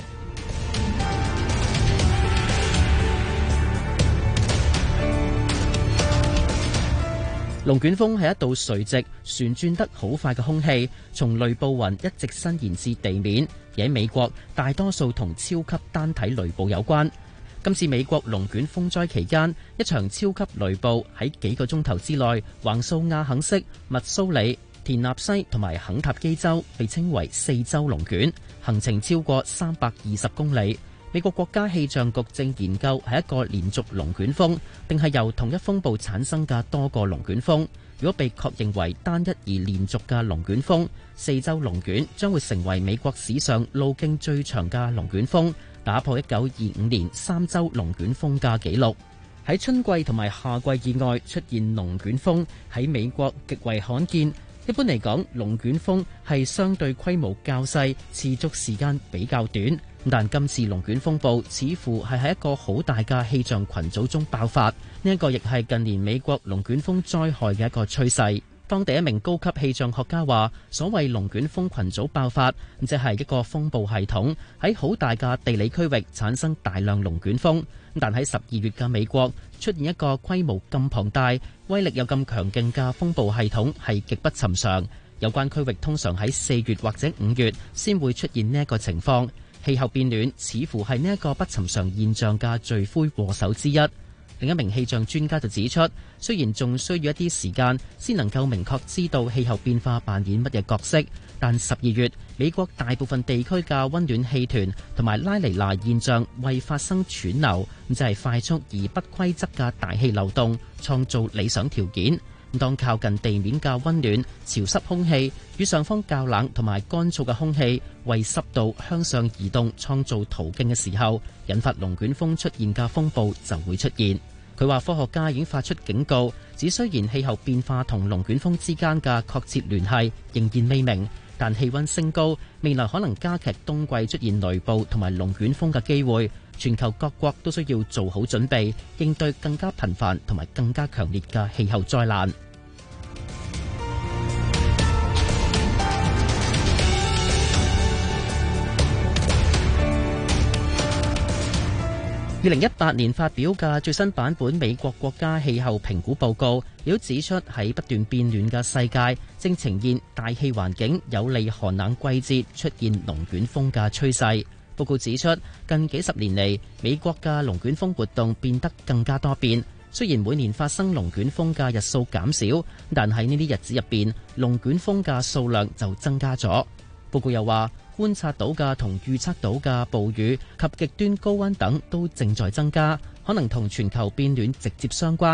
Speaker 8: 龍捲風係一道垂直旋轉得好快嘅空氣，從雷暴雲一直伸延至地面。而喺美國，大多數同超級單體雷暴有關。今次美國龍捲風災期間，一場超級雷暴喺幾個鐘頭之內橫掃亞肯色、密蘇里、田納西同埋肯塔基州，被稱為4州龍捲，行程超過320公里。美國國家氣象局正研究係一個連續龍捲風，定係由同一風暴產生嘅多個龍捲風。如果被確認為單一而連續嘅龍捲風，4州龍捲將會成為美國史上路徑最長嘅龍捲風，打破1925年3州龍捲風嘅紀錄。喺春季同埋夏季以外出現龍捲風喺美國極為罕見。一般嚟講，龍捲風係相對規模較細，持續時間比較短。但今次龍捲風暴似乎係喺一個好大嘅氣象群組中爆發，呢一個亦係近年美國龍捲風災害嘅一個趨勢。當地一名高級氣象學家話，所謂龍捲風群組爆發，即係一個風暴系統喺好大嘅地理區域產生大量龍捲風。但喺12月嘅美國出現一個規模咁龐大、威力又咁強勁嘅風暴系統係極不尋常。有關區域通常喺4月或者5月先會出現呢一個情況。氣候變暖似乎係呢一個不尋常現象嘅罪魁禍首之一。另一名氣象專家就指出，雖然仲需要一啲時間先能夠明確知道氣候變化扮演乜嘢角色，但12月美國大部分地區嘅溫暖氣團同埋拉尼娜現象為發生湍流，就係快速而不規則嘅大氣流動創造理想條件。當靠近地面嘅溫暖潮濕空氣與上方較冷同埋乾燥嘅空氣為濕度向上移動創造途徑嘅時候，引發龍捲風出現嘅風暴就會出現。佢話科學家已經發出警告，指雖然氣候變化同龍捲風之間嘅確切聯繫仍然未明，但氣溫升高未來可能加劇冬季出現雷暴同埋龍捲風嘅機會。全球各國都需要做好準備，應對更加頻繁同埋更加強烈嘅氣候災難。2018年發表嘅最新版本美國國家氣候評估報告，亦都指出喺不斷變暖嘅世界，正呈現大氣環境有利寒冷季節出現龍捲風嘅趨勢。報告指出，近幾十年嚟，美國嘅龍捲風活動變得更加多變。雖然每年發生龍捲風嘅日數減少，但喺呢啲日子入邊，龍捲風嘅數量就增加咗。報告又話，觀察到嘅同預測到嘅暴雨及極端高溫等都正在增加，可能同全球變暖直接相關。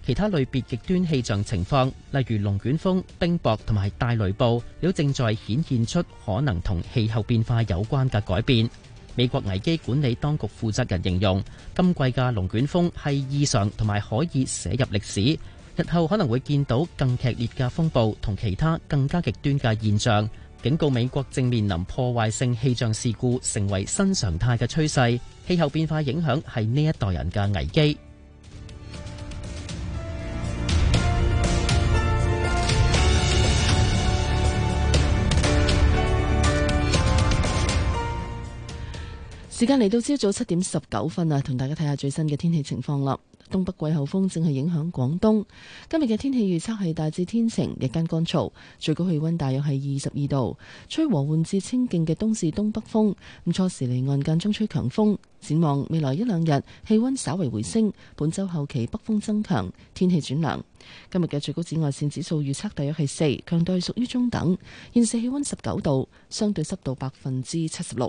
Speaker 8: 其他類別極端氣象情況，例如龍捲風、冰雹同埋大雷暴，都正在顯現出可能同氣候變化有關嘅改變。美國危機管理當局負責人形容，今季嘅龍捲風係異常同埋可以寫入歷史，日後可能會見到更劇烈嘅風暴同其他更加極端嘅現象，警告美國正面臨破壞性氣象事故成為新常態嘅趨勢，氣候變化影響係呢一代人嘅危機。
Speaker 3: 時間嚟到朝早7:19啊，同大家睇下最新嘅天氣情況啦。東北季候風正係影響廣東，今日嘅天氣預測係大致天晴，日間乾燥，最高氣溫大約係22度，吹和緩至清勁嘅東至東北風。咁初時離岸間中吹強風。展望未來一兩日，氣溫稍為回升，本週後期北風增強，天氣轉涼。今日嘅最高紫外線指數預測大約係4，強度係屬於中等。現時氣溫19度，相對濕度76%。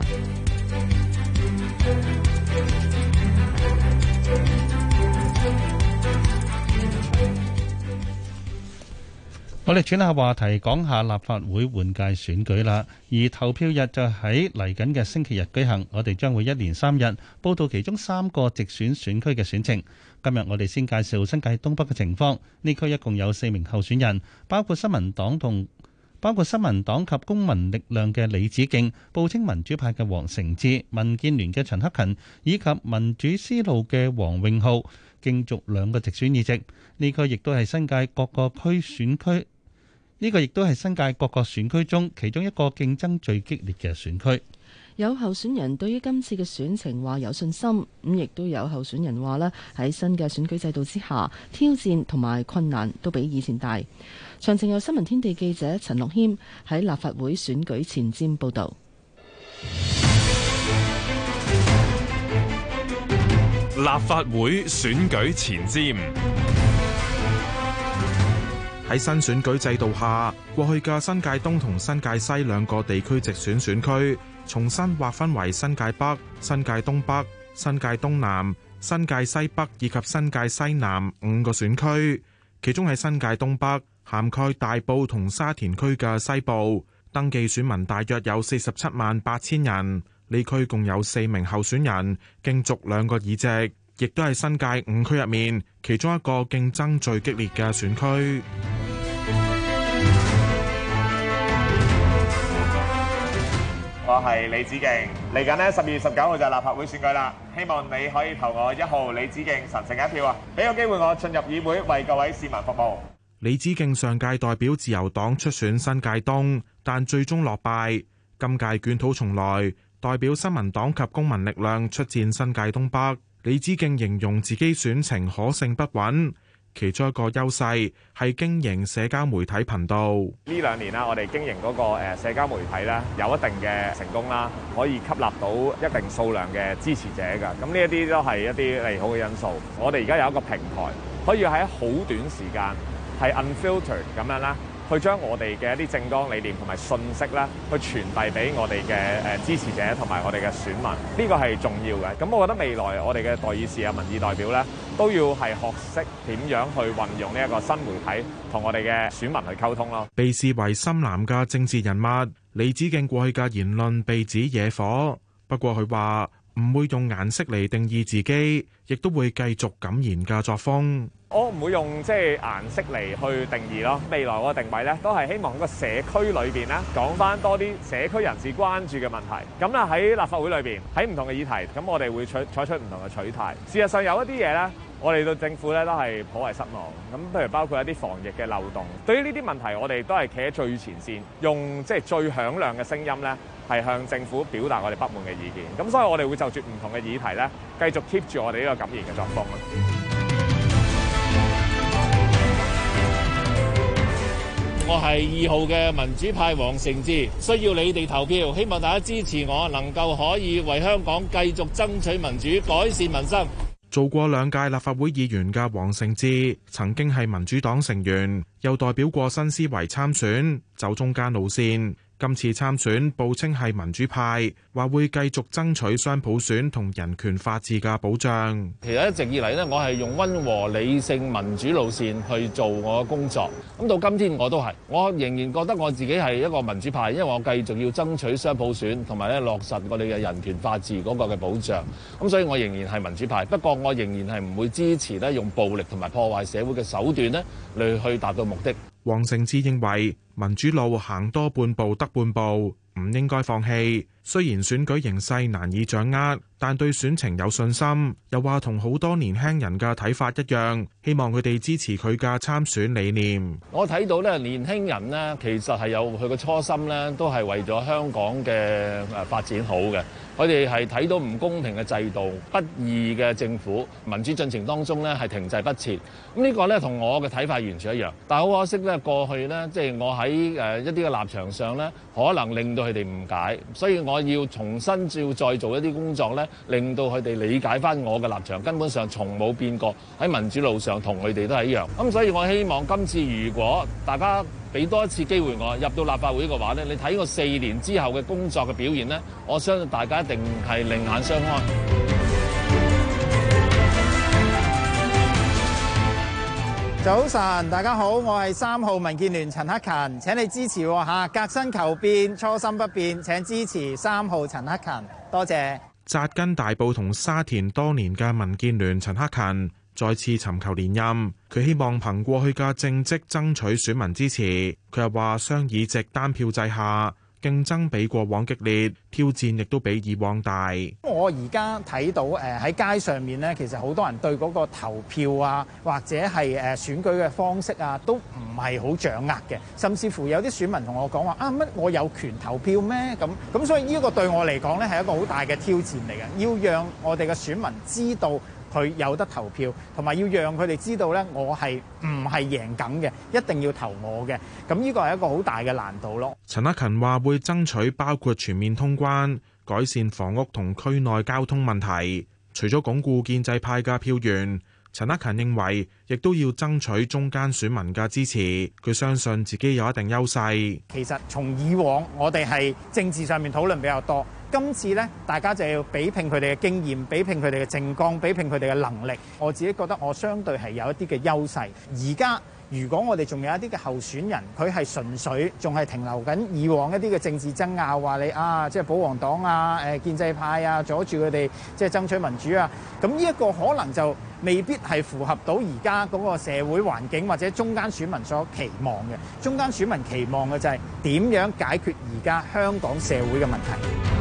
Speaker 4: 我哋轉下話題，講下立法會換屆選舉啦。而投票日就喺嚟緊嘅星期日舉行，我哋將會一連3日報道其中3個直選選區嘅選情。今日我哋先介紹新界東北嘅情況。呢區一共有4名候選人，包括新民黨及公民力量嘅李梓敬，報稱民主派嘅黃成智，民建聯嘅陳克勤，以及民主思路嘅黃永浩，競逐2個直選議席。呢個亦都係新界各個選區中其中一個競爭最激烈嘅選區。
Speaker 3: 有候選人對於今次嘅選情話有信心，咁亦都有候選人話咧，喺新嘅選舉制度之下，挑戰同埋困難都比以前大。詳情由新聞天地記者陳樂謙喺立法會選舉前瞻報導。
Speaker 7: 立法會選舉前瞻。喺新選舉制度下，過去嘅新界東同新界西2個地區直選選區重新劃分為新界北、新界東北、新界東南、新界西北以及新界西南5個選區。其中喺新界東北涵蓋大埔同沙田區嘅西部，登記選民大約有478000人。呢區共有4名候選人競逐2個議席，亦都係新界5區入面其中一個競爭最激烈嘅選區。
Speaker 22: 我係李梓敬，嚟緊呢12月19號就係立法會選舉啦，希望你可以投我1號李梓敬神聖一票啊！俾個機會我進入議會為各位市民服務。
Speaker 7: 李梓敬上屆代表自由黨出選新界東，但最終落敗。今屆捲土重來，代表新民黨及公民力量出戰新界東北。李梓敬形容自己選情可勝不穩。其中一個優勢係經營社交媒體頻道。
Speaker 22: 呢2年啦，我哋經營嗰個社交媒體咧，有一定嘅成功啦，可以吸納到一定數量嘅支持者㗎。咁呢一啲都係一啲利好嘅因素。我哋而家有一個平台，可以喺好短時間係 unfiltered 咁樣啦，去將我哋嘅一啲政綱理念同埋信息咧，去傳遞俾我哋嘅支持者同埋我哋嘅選民。呢個係重要嘅。咁我覺得未來我哋嘅代議士啊、民意代表咧，都要係學識點樣去運用呢一個新媒體同我哋嘅選民去溝通咯。
Speaker 7: 被視為深藍嘅政治人物，李梓敬過去嘅言論被指惹火，不過佢話唔會用顏色嚟定義自己，亦都會繼續敢言嘅作風。
Speaker 22: 我唔會用顏色嚟去定義咯。未來我嘅定位咧，都係希望喺個社區裏邊咧，講翻多啲社區人士關注嘅問題。咁啦，喺立法會裏邊，喺唔同嘅議題，咁我哋會採取唔同嘅取態。事實上有一啲嘢咧，我哋對政府咧都係頗為失望。咁譬如包括一啲防疫嘅漏洞。對於呢啲問題，我哋都係企喺最前線，用最響亮嘅聲音咧，係向政府表達我哋不滿嘅意見。咁所以我哋會就住唔同嘅議題咧，繼續 keep 住我哋呢個敢言嘅作風咯。
Speaker 23: 我係2號嘅民主派黃成智，需要你哋投票，希望大家支持我，能夠可以為香港繼續爭取民主，改善民生。
Speaker 7: 做過2屆立法會議員嘅黃成智，曾經係民主黨成員，又代表過新思維參選，走中間路線。 今次參選報稱係民主派，話會繼續爭取雙普選同人權法治嘅保障。
Speaker 23: 其實一直以嚟呢，我係用溫和理性民主路線去做我嘅工作。咁到今天我都係，我仍然覺得我自己係一個民主派，因為我繼續要爭取雙普選同埋咧落實我哋嘅人權法治嗰個嘅保障。咁所以我仍然係民主派，不過我仍然係唔會支持咧用暴力同埋破壞社會嘅手段咧嚟去達到目的。
Speaker 7: 黃成智認為民主路行多半步得半步，唔應該放棄。雖然選舉形勢難以掌握，但對選情有信心。又話同好多年輕人嘅睇法一樣，希望佢哋支持佢嘅參選理念。
Speaker 23: 我睇到咧，年輕人呢，其實係有佢嘅初心呢，都係為咗香港嘅發展好嘅。佢哋係睇到唔公平嘅制度、不義嘅政府、民主進程當中呢係停滯不前。咁呢個呢，同我嘅睇法完全一樣。但係好可惜呢，過去呢，即係我喺一啲嘅立場上呢，可能令到佢哋誤解，所以我要重新再做一啲工作呢，令到佢哋理解翻我嘅立場，根本上從冇變過，喺民主路上同佢哋都係一樣。咁所以我希望今次如果大家俾多一次機會我入到立法會嘅話呢，你睇我4年之後嘅工作嘅表現呢，我相信大家一定係另眼相看。
Speaker 6: 早晨，大家好，我係3號民建聯陳克勤，請你支持我嚇，革新求變，初心不變，請支持3號陳克勤，多謝。
Speaker 7: 紮根大埔同沙田多年嘅民建聯陳克勤再次尋求連任，佢希望憑過去嘅政績爭取選民支持。佢又話雙議席單票制下，競爭比過往激烈，挑戰亦都比以往大。
Speaker 6: 我而家睇到喺街上面呢，其實好多人對嗰個投票啊，或者係選舉嘅方式啊，都唔係好掌握嘅。甚至乎有啲選民同我講話啊，乜我有權投票咩？咁所以呢個對我嚟講呢，係一個好大嘅挑戰嚟嘅，要讓我哋嘅選民知道佢有得投票，同埋要讓佢哋知道呢，我係唔係贏緊嘅，一定要投我嘅。咁呢個係一個好大嘅難度咯。
Speaker 7: 陳克勤話會爭取包括全面通關、改善房屋同區內交通問題。除咗鞏固建制派嘅票源，陳克勤認為亦都要爭取中間選民嘅支持。佢相信自己有一定優勢。
Speaker 6: 其實從以往我哋係政治上面討論比較多。今次呢，大家就要比拼佢哋嘅經驗，比拼佢哋嘅政綱，比拼佢哋嘅能力。我自己覺得我相對係有一啲嘅優勢。而家如果我哋仲有一啲嘅候選人，佢係純粹仲係停留緊以往一啲嘅政治爭拗，話你啊，即係保皇黨啊、建制派啊，阻住佢哋即係爭取民主啊，咁呢一個可能就未必係符合到而家嗰個社會環境或者中間選民所期望嘅。中間選民期望嘅就係點樣解決而家香港社會嘅問題。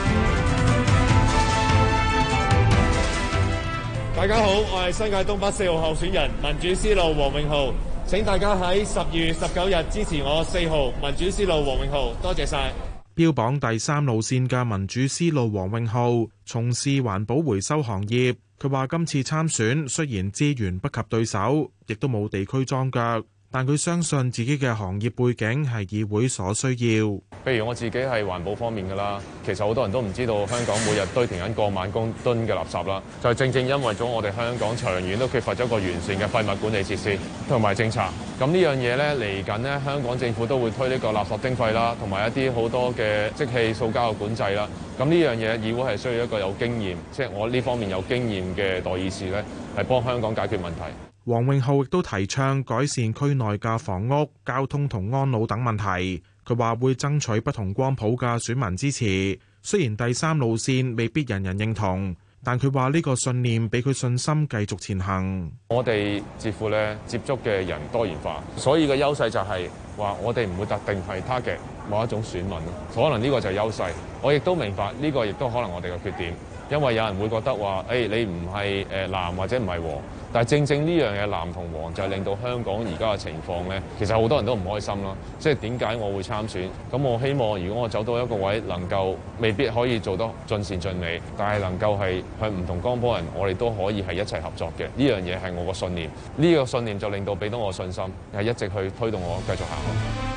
Speaker 23: 大家好，我係新界東北4號候選人民主思路黃永浩，請大家喺12月19日支持我4號民主思路黃永浩，多謝晒。
Speaker 7: 標榜第3路線嘅民主思路黃永浩從事環保回收行業，佢話今次參選雖然資源不及對手，亦都冇地區裝腳，但佢相信自己嘅行業背景係議會所需要。
Speaker 9: 譬如我自己係環保方面㗎啦，其實好多人都唔知道香港每日堆填緊過萬公噸嘅垃圾啦，就正正因為咗我哋香港長遠都缺乏咗一個完善嘅廢物管理設施同埋政策。咁呢樣嘢呢，嚟緊呢，香港政府都會推呢個垃圾徵費啦，同埋一啲好多嘅即棄塑膠嘅管制啦。咁呢樣嘢議會係需要一個有經驗，即係我呢方面有經驗嘅代議士呢，係幫香港解決問題。
Speaker 7: 黃永浩亦都提倡改善區內嘅房屋、交通同安老等問題。佢話會爭取不同光譜嘅選民支持。雖然第3路線未必人人認同，但佢話呢個信念俾佢信心繼續前行。
Speaker 9: 我哋似乎咧接觸嘅人多元化，所以個優勢就係話我哋唔會特定係 target某一種選民，可能呢個就係優勢。我亦都明白呢個亦都可能我哋嘅缺點，因為有人會覺得話你唔係藍或者唔係黃。但係正正呢樣嘢藍同黃就係令到香港而家嘅情況呢，其實好多人都唔開心啦。即係點解我會參選？咁我希望如果我走到一個位，能夠未必可以做得盡善盡美，但係能夠係向唔同光譜人，我哋都可以係一齊合作嘅。呢樣嘢係我個信念，呢個信念就令到俾到我信心，係一直去推動我繼續行落。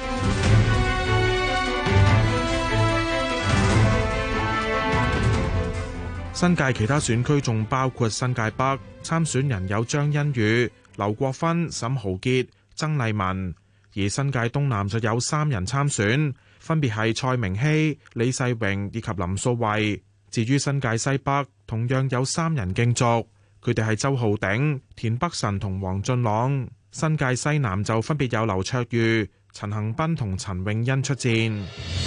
Speaker 7: 新界其他選區仲包括新界北，參選人有張欣宇、劉國勳、沈豪傑、曾麗文，而新界東南就有3人參選， 分別係蔡明熙、李世榮以及林素慧。至於新界西北，同樣有3人競逐，佢哋係周浩鼎、田北辰同黃俊朗。新界西南就分別有劉卓裕、陳恒鑌同陳穎欣出戰。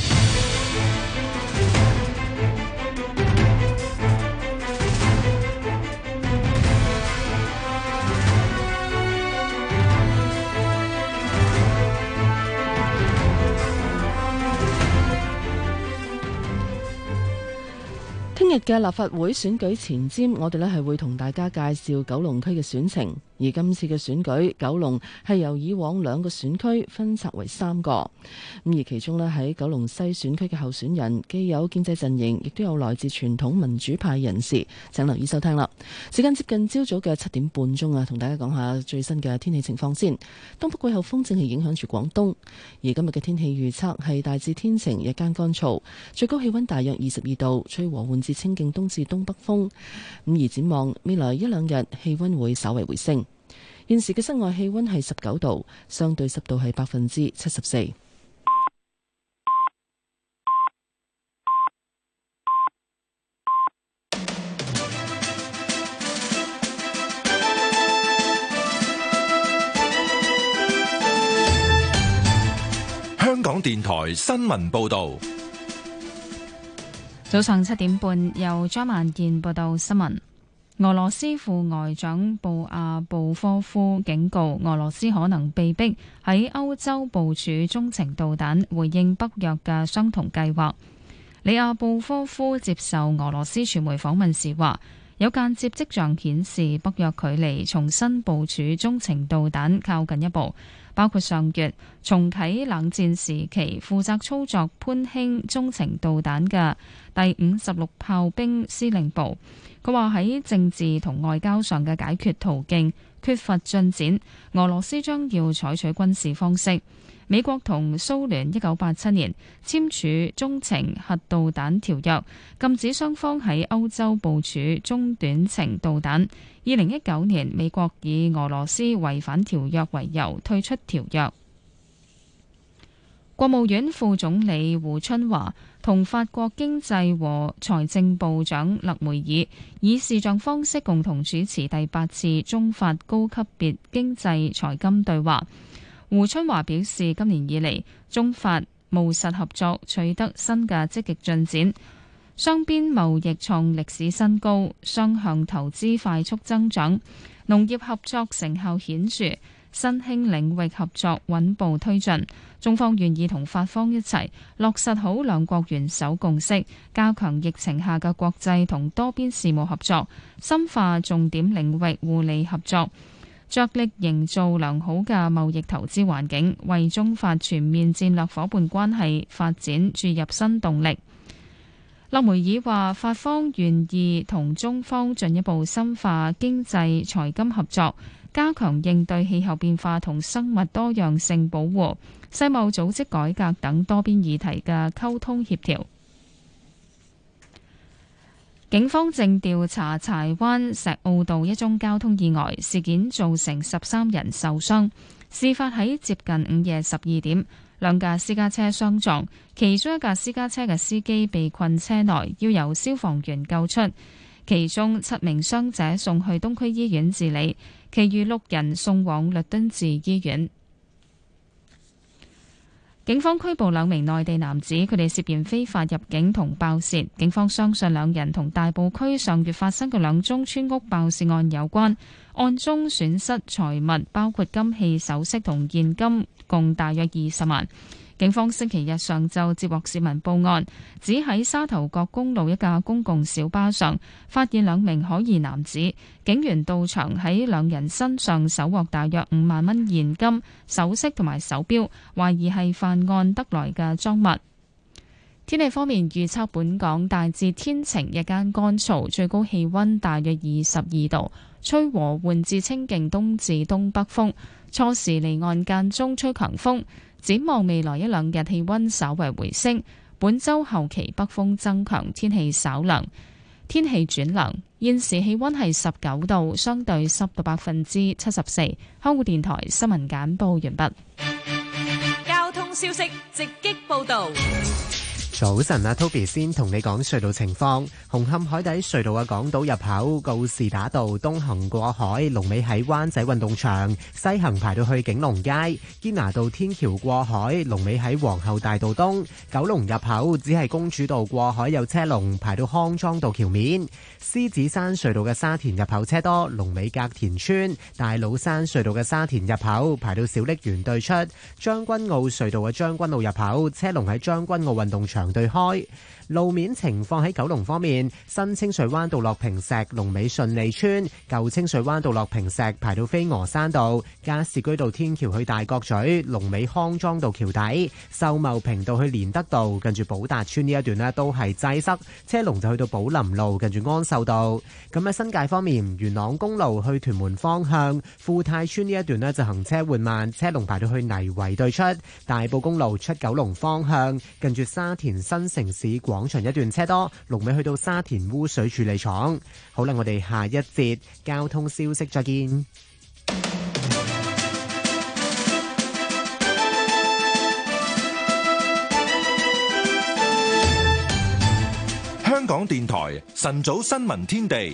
Speaker 3: 聽日嘅立法會選舉前瞻，我哋咧係會同大家介紹九龍區嘅選情。而今次嘅選舉，九龍係由以往2個選區分拆為3個。咁而其中咧喺九龍西選區嘅候選人，既有建制陣營，亦都有來自傳統民主派人士。請留意收聽啦。時間接近朝早嘅7點半鐘啊，同大家講下最新嘅天氣情況先。東北季候風正係影響住廣東，而今日嘅天氣預測係大致天晴，日間乾燥，最高氣溫大約22度，吹和緩至清勁東至東北風。咁而展望未來1-2日，氣溫會稍為回升。現時嘅室外氣溫係19度，相對濕度係74%。
Speaker 1: 香港電台新聞報道。
Speaker 18: 早上7點半，由張萬健報道新聞。俄羅斯副外長布亞布科夫警告，俄羅斯可能被逼喺歐洲部署中程導彈，回應北約嘅相同計劃。里亞布科夫接受俄羅斯傳媒訪問時話，有間接跡象顯示北約距離重新部署中程導彈靠近一步，包括上月重啟冷戰時期負責操作潘興中程導彈嘅第56炮兵司令部。佢話喺政治同外交上嘅解決途徑缺乏進展，俄羅斯將要採取軍事方式。美國同蘇聯1987年簽署中程核導彈條約，禁止雙方喺歐洲部署中短程導彈。2019年，美國以俄羅斯違反條約為由退出條約。國務院副總理胡春華同法國經濟和財政部長勒梅爾以視像方式共同主持第8次中法高級別經濟財金對話。胡春華表示，今年以嚟，中法務實合作取得新嘅積極進展，雙邊貿易創歷史新高，雙向投資快速增長，農業合作成效顯著，新興領域合作穩步推進。中方願意同法方一齊落實好兩國元首共識，加強疫情下嘅國際同多邊事務合作，深化重點領域互利合作，着力營造良好嘅貿易投資環境，為中法全面戰略夥伴關係發展注入新動力。勒梅爾話，法方願意同中方進一步深化經濟財金合作，加強應對氣候變化同生物多樣性保護、世貿組織改革等多邊議題嘅溝通協調。警方正調查柴灣石澳道一宗交通意外事件，造成13人受傷。事發喺接近午夜12點，2架私家車相撞，其中一架私家車嘅司機被困車內，要由消防員救出。其中7名傷者送去東區醫院治理，其餘6人送往律敦治醫院。警方拘捕2名內地男子，佢哋涉嫌非法入境同爆竊。警方相信2人同大埔區上月發生嘅2宗村屋爆竊案有關，案中損失財物包括金器、首飾同現金，共大約20萬。警方星期日上晝接獲市民報案，指喺沙頭角公路一架公共小巴上發現2名可疑男子，警員到場喺2人身上搜獲大約5萬蚊現金、首飾同埋手錶，懷疑係犯案得來嘅贓物。天氣方面預測，本港大致天晴，日間乾燥，最高氣溫大約22度，吹和緩至清勁東至東北風，初時離岸間中吹強風。展望未來1-2日氣溫稍為回升，本週後期北風增強，天氣稍涼，天氣轉涼。現時氣溫係19度，相對濕度74%。香港電台新聞簡報完畢。
Speaker 10: 交通
Speaker 13: 消息直擊報導。
Speaker 16: 早晨啊 ，Toby 先同你講隧道情況。紅磡海底隧道嘅港島入口告士打道東行過海，龍尾喺灣仔運動場；西行排到去景隆街。堅拿道天橋過海，龍尾喺皇后大道東。九龍入口只係公主道過海有車龍，排到康莊道橋面。獅子山隧道嘅沙田入口車多，龍尾隔田村。大老山隧道嘅沙田入口排到小瀝源對出。將軍澳隧道嘅將軍澳入口車龍喺將軍澳運動場對開。路面情況喺九龍方面，新清水灣道落坪石，龍尾順利村；舊清水灣道落坪石，排到飛鵝山道；加士居道天橋去大角咀，龍尾康莊道橋底；秀茂坪道去連德道，近住寶達村呢一段呢都係擠塞，車龍就去到寶林路，近住安秀道。咁喺新界方面，元朗公路去屯門方向，富泰村呢一段呢就行車緩慢，車龍排到去泥圍對出；大埔公路出九龍方向，近住沙田新城市廣場一段車多，龍尾去到沙田污水處理廠。好啦，我哋下一節交通消息再見。
Speaker 1: 香港電台晨早新聞天地。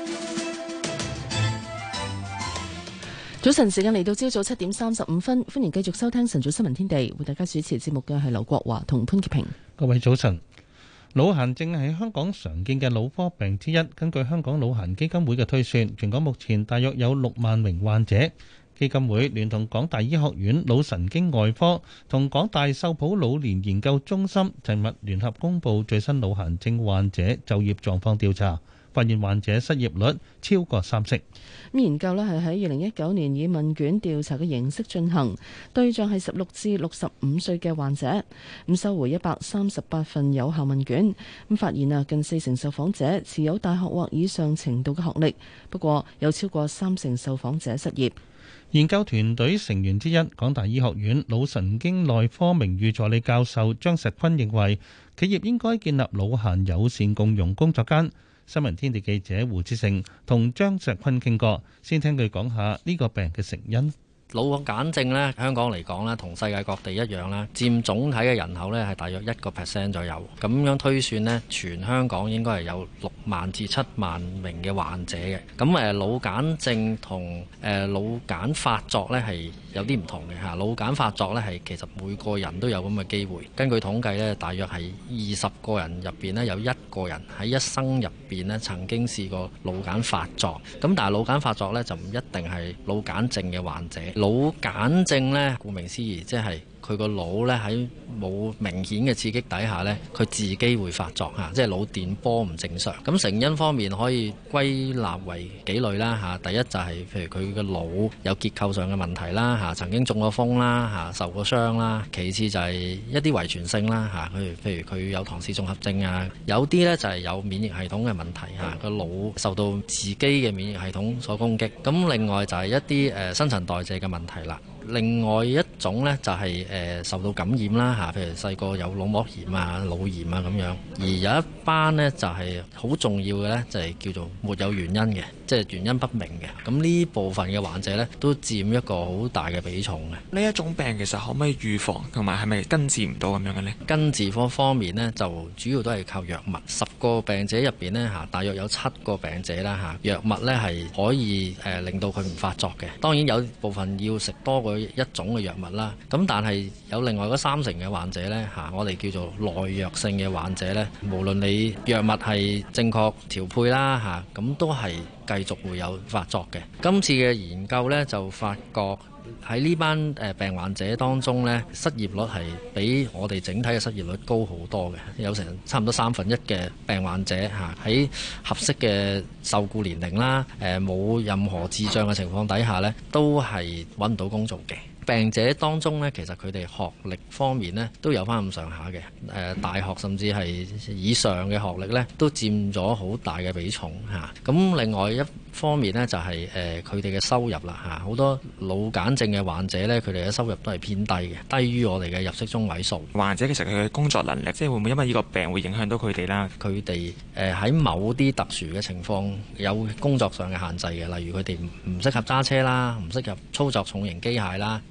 Speaker 3: 早晨時間嚟到朝早7:35，歡迎繼續收聽晨早新聞天地，為大家主持節目嘅係劉國華同潘潔平。
Speaker 4: 各位早晨。腦癇症係香港常見嘅腦科病之一。根據香港腦癇基金會嘅推算，全港目前大約有6萬名患者。基金會聯同港大醫學院腦神經外科同港大秀浦老年研究中心尋日聯合公佈最新腦癇症患者就業狀況調查，發現患者失業率超過30%。
Speaker 3: 研究咧係喺2019年以問卷調查嘅形式進行，對象係16至65歲嘅患者。收回138份有效問卷，發現近40%受訪者持有大學或以上程度嘅學歷，不過有超過30%受訪者失業。
Speaker 4: 研究團隊成員之一，港大醫學院腦神經內科名譽助理教授張石坤認為，企業應該建立腦癇友善共融工作間。新聞天地記者胡志成同張石坤傾過，先聽佢講下呢個病嘅成因。
Speaker 10: 腦癇症咧，香港嚟講咧，同世界各地一樣啦，佔總體嘅人口咧係大約1% 左右。咁樣推算咧，全香港應該係有6萬至7萬名嘅患者嘅。咁腦癇症同腦癇發作咧係有啲唔同嘅嚇。腦癇發作咧係其實每個人都有咁嘅機會。根據統計咧，大約係20個人入邊咧有1個人喺一生入邊咧曾經試過腦癇發作。咁但係腦癇發作咧就唔一定係腦癇症嘅患者。腦癇症咧，顧名思義，即係佢個腦咧喺冇明顯嘅刺激底下咧，佢自己會發作嚇，即係腦電波唔正常。咁成因方面可以歸納為幾類啦嚇。第一就係譬如佢個腦有結構上嘅問題啦嚇，曾經中過風啦嚇，受過傷啦。其次就係一啲遺傳性啦嚇，譬如佢有唐氏綜合症啊，有啲咧就係有免疫系統嘅問題嚇，個腦受到自己嘅免疫系統所攻擊。咁另外就係一啲新陳代謝嘅問題啦。另外一種呢，就係受到感染啦嚇，譬如細個有腦膜炎啊、腦炎啊咁樣。而有一班呢，就係好重要嘅呢，就係叫做沒有原因嘅，即係原因不明嘅。咁呢部分嘅患者呢，都佔一個好大嘅比重嘅。
Speaker 11: 呢一種病其實可唔可以預防，同埋係咪根治唔到咁樣嘅呢？
Speaker 10: 根治方面呢，就主要都係靠藥物。10個病者入邊呢，嚇，大約有7個病者啦嚇，藥物呢係可以令到佢唔發作嘅。當然有部分要食多過一種嘅藥物啦，咁但係有另外嗰30%嘅患者呢，嚇，我哋叫做耐藥性嘅患者呢，無論你藥物係正確調配啦嚇，咁都係繼續會有發作嘅。今次嘅研究呢，就發覺喺呢班病患者當中呢，失業率係比我哋整體嘅失業率高好多嘅，有成差唔多1/3嘅病患者嚇喺合適嘅受僱年齡啦，冇任何智障嘅情況底下呢，都係揾唔到工做嘅。病者當中呢，其實佢哋學歷方面呢都有翻咁上下嘅，大學甚至係以上嘅學歷呢都佔咗好大嘅比重嚇。咁另外一方面呢，就係佢哋嘅收入啦嚇，好多腦癇症嘅患者呢，佢哋嘅收入都係偏低嘅，低於我哋嘅入息中位數。
Speaker 11: 患者其實佢嘅工作能力，即係會唔會因為呢個病會影響到佢哋啦？
Speaker 10: 佢哋喺某啲特殊嘅情況有工作上嘅限制嘅，例如佢哋唔適合揸車啦，唔適合操作重型機械啦。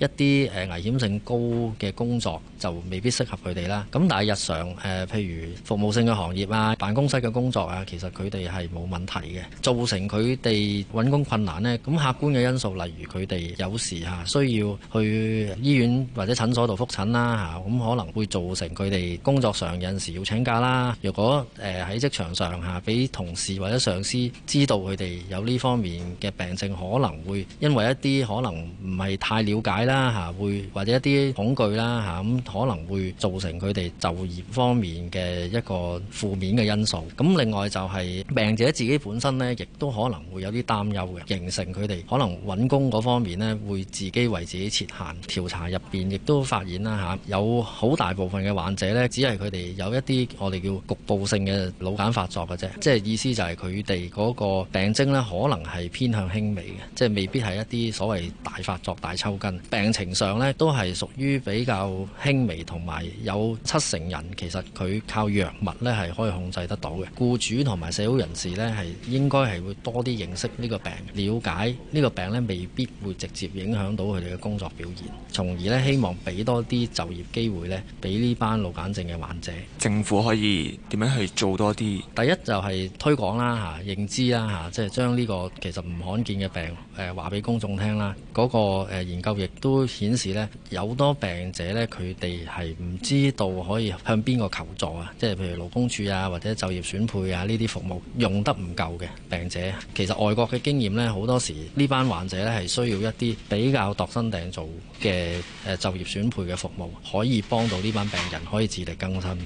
Speaker 10: 啲危險性高嘅工作就未必適合佢哋啦。咁但係日常譬如服務性嘅行業啊、辦公室嘅工作啊，其實佢哋係冇問題嘅。造成佢哋揾工困難呢，咁客觀嘅因素，例如佢哋有時需要去醫院或者診所度覆診啦，咁可能會造成佢哋工作上有陣時要請假啦。如果喺職場上俾同事或者上司知道佢哋有呢方面嘅病症，可能會因為一啲可能唔係太了解啦，會或者一啲恐懼啦，咁可能會造成佢哋就業方面嘅一個負面嘅因素。咁另外就係病者自己本身呢，亦都可能會有啲擔憂嘅，形成佢哋可能揾工嗰方面呢，會自己為自己設限。調查入邊亦都發現啦，有好大部分嘅患者呢，只係佢哋有一啲我哋叫局部性嘅腦癇發作嘅啫，即係意思就係佢哋嗰個病徵呢，可能係偏向輕微嘅，即係未必係一啲所謂大發作、大抽筋。病情上呢，都係屬於比較輕微，同埋有70%人其實佢靠藥物呢係可以控制得到嘅。僱主同埋社會人士呢，係應該係會多啲認識呢個病，了解呢個病呢未必會直接影響到佢哋嘅工作表現，從而呢希望俾多啲就業機會呢俾呢班腦癇症嘅患者。
Speaker 11: 政府可以點樣去做多啲？
Speaker 10: 第一就係推廣啦，認知啦，即係將呢個其實唔罕見嘅病話俾公眾聽啦。嗰個研究亦都顯示呢，有多病者呢，佢哋係唔知道可以向邊個求助啊，即係譬如勞工處啊，或者就業選配啊呢啲服務用得唔夠嘅病者。其實外國嘅經驗呢，好多時呢班患者呢係需要一啲比較度身訂造嘅就業選配嘅服務，可以幫到呢班病人可以自力更生。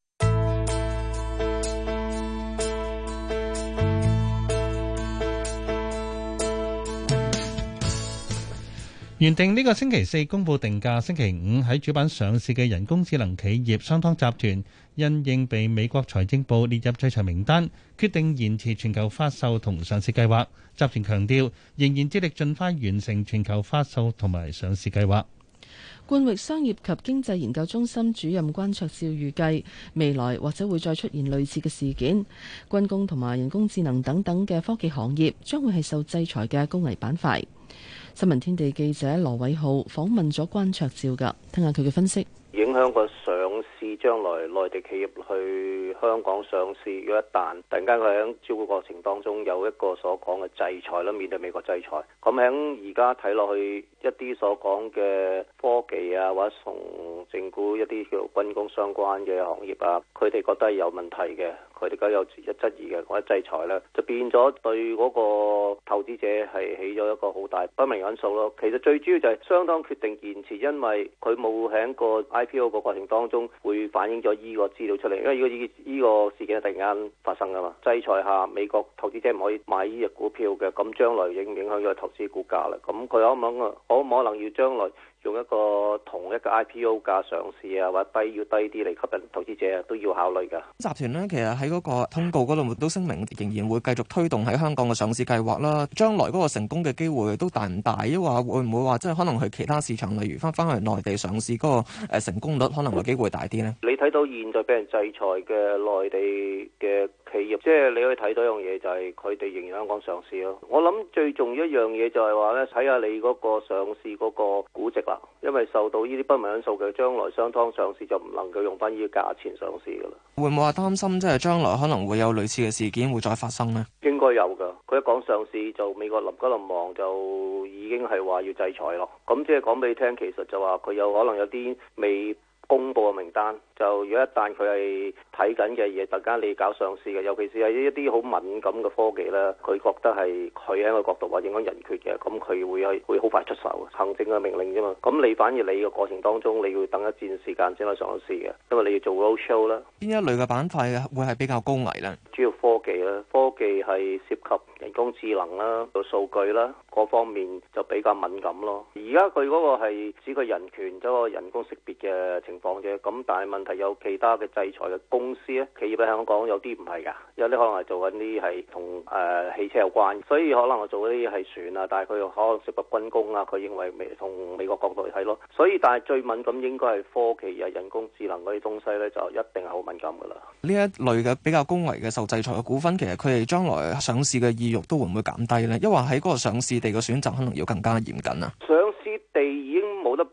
Speaker 4: 原定呢個星期四公佈定價，星期五喺主板上市嘅人工智能企業商湯集團，因應被美國財政部列入制裁名單，決定延遲全球發售同上市計劃。集團強調，仍然致力盡快完成全球發售同埋上市計劃。
Speaker 3: 冠域商業及經濟研究中心主任關焯照預計，未來或者會再出現類似嘅事件，軍工同埋人工智能等等嘅科技行業將會係受制裁嘅高危板塊。新聞天地記者羅偉浩訪問咗關焯照㗎，聽下佢嘅分析。
Speaker 12: 影響個上市，將來內地企業去香港上市，如果一旦突然間佢喺招股過程當中有一個所講嘅制裁啦，面對美國制裁，咁喺而家睇落去一啲所講嘅科技啊，或者同政府一啲叫做軍工相關嘅行業啊，佢哋覺得係有問題嘅，佢哋梗有質疑嘅，或者制裁咧，就變咗對嗰個投資者係起咗一個好大不明因素咯。其實最主要就係相當決定延遲，因為佢冇喺個 IPO 個過程當中會反映咗依個資料出嚟，因為依個事件係突然間發生噶嘛。制裁下美國投資者唔可以買依隻股票嘅，咁將來影唔影響咗投資股價啦？咁佢可唔可能要將來用一個同一個 IPO 價上市啊，或者要低啲嚟吸引投資者啊，都要考慮㗎。
Speaker 14: 集團呢，其實喺嗰個通告嗰度都聲明，仍然會繼續推動喺香港嘅上市計劃啦。將來嗰個成功嘅機會都大唔大？抑或會唔會話即係可能去其他市場，例如翻去內地上市嗰個成功率可能會機會大啲呢？
Speaker 12: 你睇到現在俾人制裁嘅內地嘅企業，即係你可以睇到一樣嘢，就係佢哋仍然香港上市咯。我諗最重要一樣嘢就係話咧，睇下你嗰個上市嗰個估值啦。因為受到呢啲不明因素嘅，將來商湯上市就唔能夠用翻呢個價錢上市噶啦。
Speaker 14: 會唔會話擔心即係將來可能會有類似嘅事件會再發生呢？
Speaker 12: 應該有噶，佢一講上市就美國臨急臨忙就已經係話要制裁咯。咁即係講俾你聽，其實就話佢有可能有啲未公布嘅名單，就如果一旦佢係睇緊嘅嘢，突然間你搞上市嘅，尤其是係一啲好敏感嘅科技咧，佢覺得係佢喺個角度話影響人權嘅，咁佢會好快出手，行政嘅命令啫嘛。咁你反而你嘅過程當中，你要等一段時間先可以上市嘅，因為你要做 roadshow 啦。
Speaker 14: 邊一類嘅板塊會係比較高危咧？
Speaker 12: 主要科技啦，科技係涉及人工智能啦、個數據啦，各方面就比較敏感咯。而家佢嗰個係指佢人權嗰個人工識別嘅情況啫。咁但係問題有其他嘅制裁嘅公司咧，企業喺香港有啲唔係㗎，有啲可能係做緊啲係同汽車有關，所以可能係做嗰啲係船啊，但係佢可能涉及軍工啊，佢認為從美國角度嚟睇咯。所以但係最敏感應該係科技啊、人工智能嗰啲東西咧，就一定係好敏感㗎啦。
Speaker 14: 呢一類嘅比較高危嘅受制裁嘅股份，其實佢哋將來上市嘅意欲都會唔會減低呢？因為喺嗰個上市地嘅選擇可能要更加嚴謹啊。
Speaker 12: 上市地已經冇得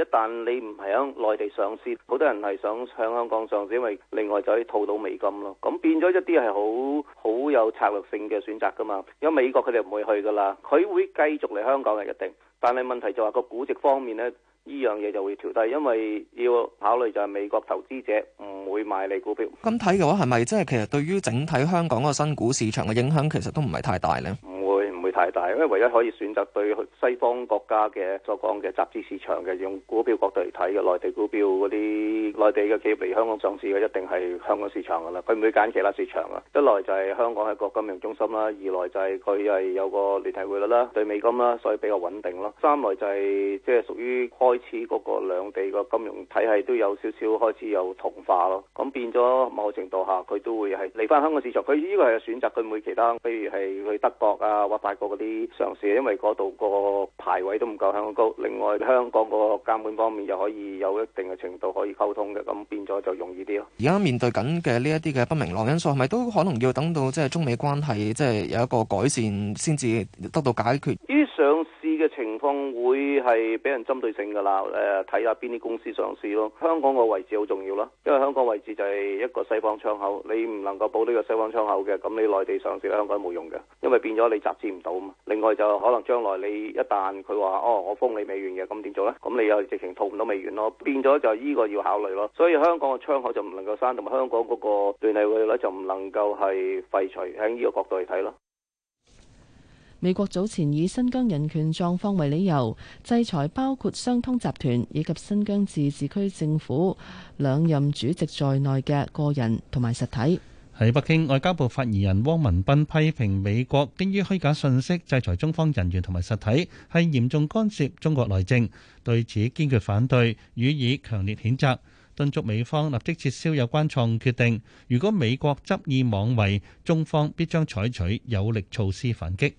Speaker 12: 旦你唔係喺內地上市，好多人係想向香港上市，因為另外就可以套到美金咯。咁變咗一啲係好有策略性嘅選擇噶嘛。因為美國佢哋唔會去噶啦，佢會繼續嚟香港嘅一定。但係問題就話個估值方面呢，呢樣嘢就會調低，因為要考慮就係美國投資者唔會買你股票。
Speaker 14: 咁睇嘅話，係咪即係其實對於整體香港個新股市場嘅影響，其實都唔係太大呢？
Speaker 12: 唔會太大，因為唯一可以選擇對西方國家嘅所講嘅集資市場嘅，用股票角度嚟睇嘅內地股票嗰啲內地嘅企業嚟香港上市嘅，一定係香港市場噶啦，佢唔會揀其他市場啊。一來就係香港係個金融中心啦，二來就係佢係有個聯繫匯率啦，對美金啦，所以比較穩定咯。三來就係即係屬於開始嗰個兩地個金融體系都有少少開始有同化咯，咁變咗某程度下佢都會係嚟翻香港市場，佢呢個係選擇，佢唔會其他，譬如係去德國啊或法國嗰啲上市，因為嗰度個排位都唔夠香港高。另外香港個監管方面又可以有一定嘅程度可以溝通嘅，咁變咗就容易啲咯。
Speaker 14: 而家面對緊嘅呢一啲嘅不明朗因素，係咪都可能要等到即係中美關係即係有一個改善先至得到解決？
Speaker 12: 呢啲上市嘅情況會係俾人針對性㗎啦，睇下邊啲公司上市咯。香港個位置好重要咯，因為香港位置就係一個西方窗口，你唔能夠保呢個西方窗口嘅，咁你內地上市喺香港冇用嘅，因為變咗你集資唔到嘛。另外就可能將來你一旦佢話我封你美元嘅，咁點做呢？咁你又直情套唔到美元咯，變咗就呢個要考慮咯。所以香港嘅窗口就唔能夠閂，同埋香港嗰個聯繫匯率就唔能夠係廢除，喺呢個角度嚟睇咯。
Speaker 3: 美國早前以新疆人權狀況為理由，制裁包括商湯集團以及新疆自治區政府兩任主席在內嘅個人同埋實體。
Speaker 4: 喺北京，外交部發言人汪文斌批評美國基於虛假信息制裁中方人員同埋實體，係嚴重干涉中國內政，對此堅決反對，予以強烈譴責，敦促美方立即撤銷有關錯誤決定。如果美國執意妄為，中方必將採取有力措施反擊。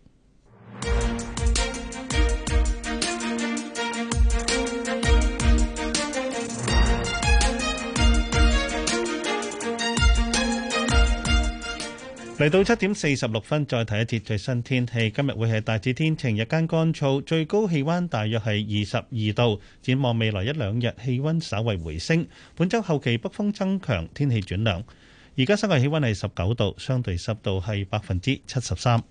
Speaker 4: 嚟到7:46，再睇一節最新天氣。今日會係大致天晴，日間乾燥，最高氣溫大約係22度。展望未來一兩日，氣溫稍為回升。本週後期北風增強，天氣轉涼。而家室外氣溫係19度，相對濕度係73%。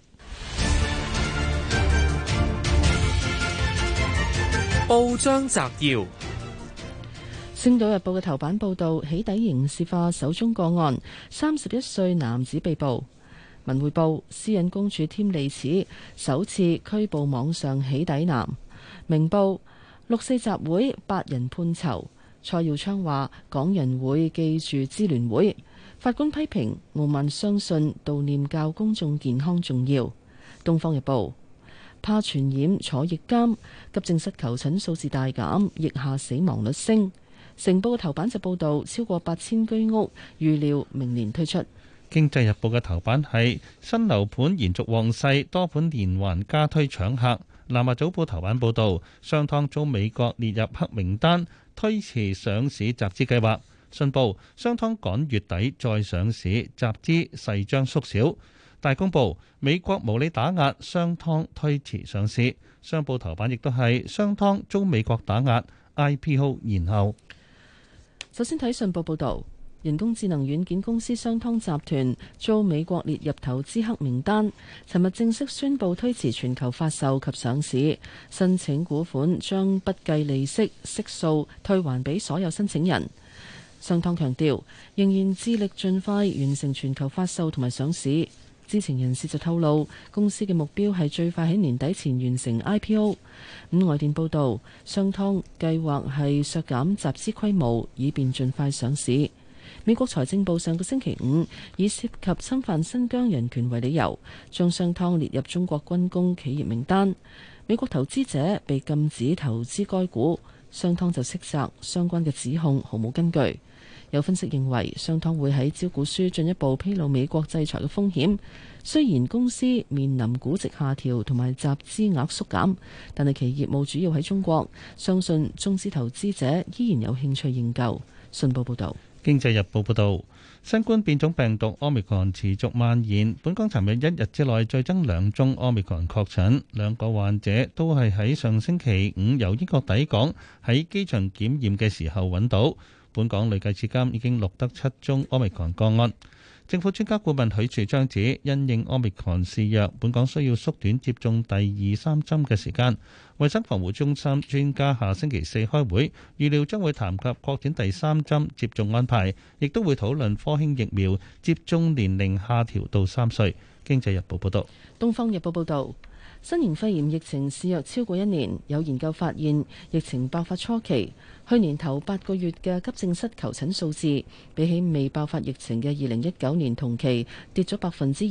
Speaker 2: 報章摘要：《
Speaker 3: 星島日報》嘅頭版報導起底刑事化首宗個案，31歲男子被捕。文匯報：私隱公署添利齒，首次拘捕網上起底男。明報：六四集會8人判囚。蔡耀昌話：港人會記住支聯會。法官批評傲慢相信悼念較公眾健康重要。東方日報：怕傳染坐疫監，急症室求診數字大減，疫下死亡率升。成報嘅頭版就報導超過8000居屋預料明年推出。
Speaker 4: 經濟日報嘅頭版係新樓盤延續旺勢，多盤連環加推搶客。南華早報頭版報導商湯遭美國列入黑名單，推遲上市集資計劃。信報商湯趕月底再上市，集資勢將縮小。大公報美國無理打壓，商湯推遲上市。商報頭版亦都係商湯遭美國打壓 ，IPO 延後。
Speaker 3: 首先睇信報報導。人工智能軟件公司商湯集團遭美國列入投資黑名單，尋日正式宣布推遲全球發售及上市，申請股款將不計利息悉數退還俾所有申請人。商湯強調仍然致力盡快完成全球發售同埋上市。知情人士就透露，公司嘅目標係最快喺年底前完成 IPO。外電報導，商湯計劃係削減集資規模，以便盡快上市。美國財政部上個星期五以涉及侵犯新疆人權為理由，將商湯列入中國軍工企業名單。美國投資者被禁止投資該股，商湯就斥責相關嘅指控毫無根據。有分析認為，商湯會喺招股書進一步披露美國制裁嘅風險。雖然公司面臨估值下調同埋集資額縮減，但係其業務主要喺中國，相信中資投資者依然有興趣認購。信報報導。
Speaker 4: 經濟日報報導，新冠變種病毒 Omicron 持續蔓延，本港尋日一日之內再增2宗 Omicron 確診，兩個患者都係喺上星期五由英國抵港，喺機場檢驗嘅時候揾到。本港累計至今已經錄得7宗 Omicron 個案。政府專家顧問許樹昌指，因應 Omicron 肆虐，本港需要縮短接種第2、3針嘅時間。衛生防護中心專家下星期4開會，預料將會談及擴展第3針接種安排，亦都會討論科興疫苗接種年齡下調到3歲。經濟日報報道。
Speaker 3: 東方日報報道。新型肺炎疫情肆虐超過1年，有研究發現，疫情爆發初期，去年頭8個月嘅急症室求診數字，比起未爆發疫情嘅2019年同期跌咗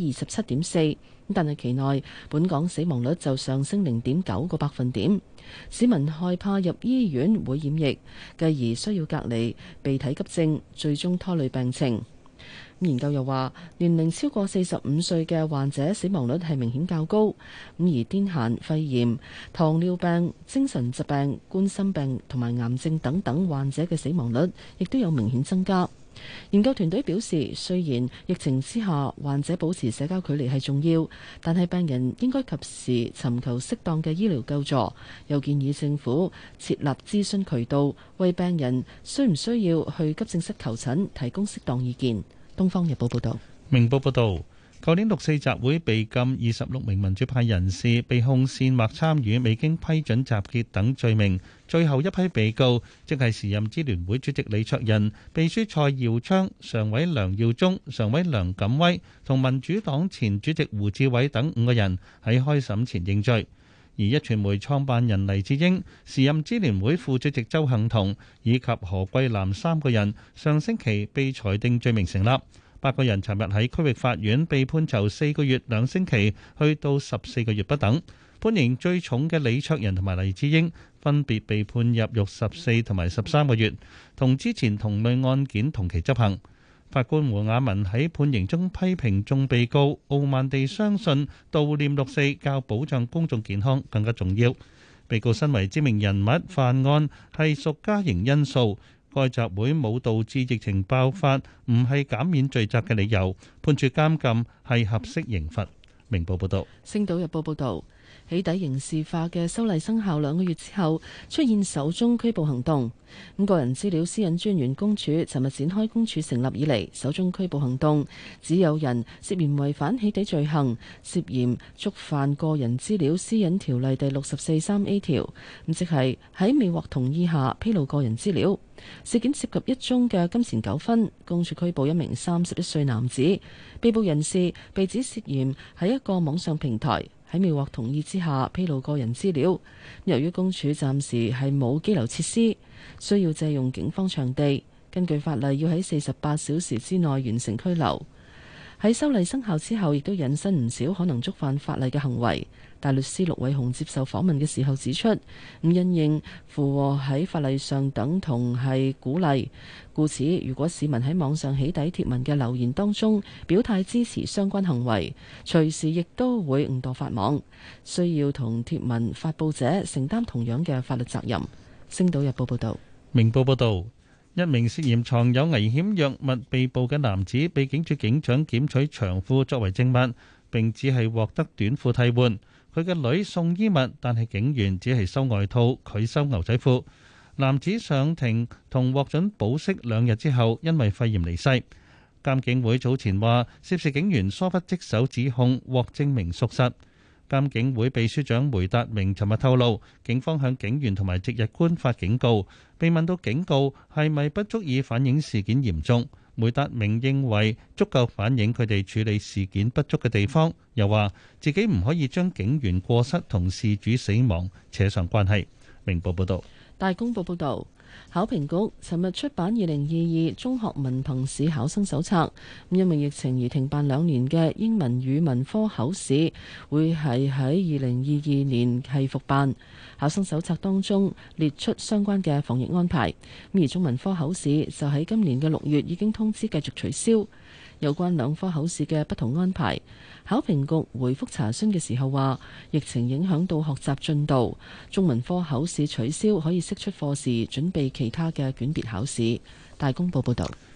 Speaker 3: 27.4%，但係期內本港死亡率就上升0.9個百分點。市民害怕入醫院會染疫，繼而需要隔離，被睇急症，最終拖累病情。研究又話，年齡超過45歲嘅患者死亡率係明顯較高，而癲癇、肺炎、糖尿病、精神疾病、冠心病同埋癌症等等患者嘅死亡率亦都有明顯增加。研究團隊表示，雖然疫情之下患者保持社交距離係重要，但係病人應該及時尋求適當嘅醫療救助。又建議政府設立諮詢渠道，為病人需唔需要去急症室求診提供適當意見。《東方日報》報道。
Speaker 4: 明報報導，舊年6四集會被禁26名民主派人士被控煽惑參與未經批准集結等罪名，最後一批被告即係時任支聯會主席李卓人、秘書蔡耀昌、常委梁耀忠、常委梁錦威同民主黨前主席胡志偉等5個人喺開審前認罪。而壹傳媒創辦人黎智英、時任支聯會副主席鄒幸彤以及何桂藍3個人上星期被裁定罪名成立，8個人尋日喺區域法院被判囚4個月2星期，去到14個月不等。判刑最重嘅李卓人同埋黎智英分別被判入獄14同埋13個月，同之前同類案件同期執行。法官胡雅文喺判刑中批評眾被告傲慢地相信悼念6四較保障公眾健康更加重要。被告身為知名人物犯案係屬加刑因素，該集會冇導致疫情爆發，唔係減免罪責嘅理由，判處監禁係合適刑罰。明報報道。
Speaker 3: 星島日報報道。起底刑事化嘅修例生效2個月之後，出現首宗拘捕行動。個人資料私隱專員公署尋日展開公署成立以嚟首宗拘捕行動，指有人涉嫌違反起底罪行，涉嫌觸犯個人資料私隱條例第64(3)A 條，即係喺未獲同意下披露個人資料。事件涉及一宗嘅金錢糾紛，公署拘捕一名31歲男子，被捕人士被指涉嫌喺一個網上平台喺未獲同意之下披露個人資料。由於公署暫時係冇羈留設施，需要借用警方場地，根據法例要喺48小時之內完成拘留。喺修例生效之後，亦都引申唔少可能觸犯法例嘅行為。大律師陸偉雄接受訪問嘅時候指出，因應附和喺法例上等同係鼓勵，故此如果市民喺網上起底貼文嘅留言當中表態支持相關行為，隨時亦都會誤墮法網，需要同貼文發布者承擔同樣嘅法律責任。星島日報報道。
Speaker 4: 明報報道。一名涉嫌藏有危險藥物被捕嘅男子被警署警長檢取長褲作為證物，並只係獲得短褲替換。佢嘅女送衣物，但係警員只係收外套，拒收牛仔褲。男子上庭同獲准保釋2日之後，因為肺炎離世。監警會早前話，涉事警員疏忽職守指控獲證明屬實。監警會秘書長梅達明尋日透露，警方向警員同埋值日官發警告。被問到警告係咪不足以反映事件嚴重，梅達明認為足夠反映佢哋處理事件不足嘅地方，又話自己唔可以將警員過失同事主死亡扯上關係。明報報道。
Speaker 3: 大公報報導。考評局尋日出版2022中學文憑試考生手冊，因為疫情而停辦2年嘅英文語文科考試，會係喺2022年係復辦。考生手冊當中列出相關嘅防疫安排，而中文科考試就喺今年嘅6月已經通知繼續取消。有關2科考試嘅不同安排，考評局回覆查詢嘅時候話，疫情影響到學習進度，中文科考試取消可以釋出課時準備其他嘅卷別考試。大公報報道。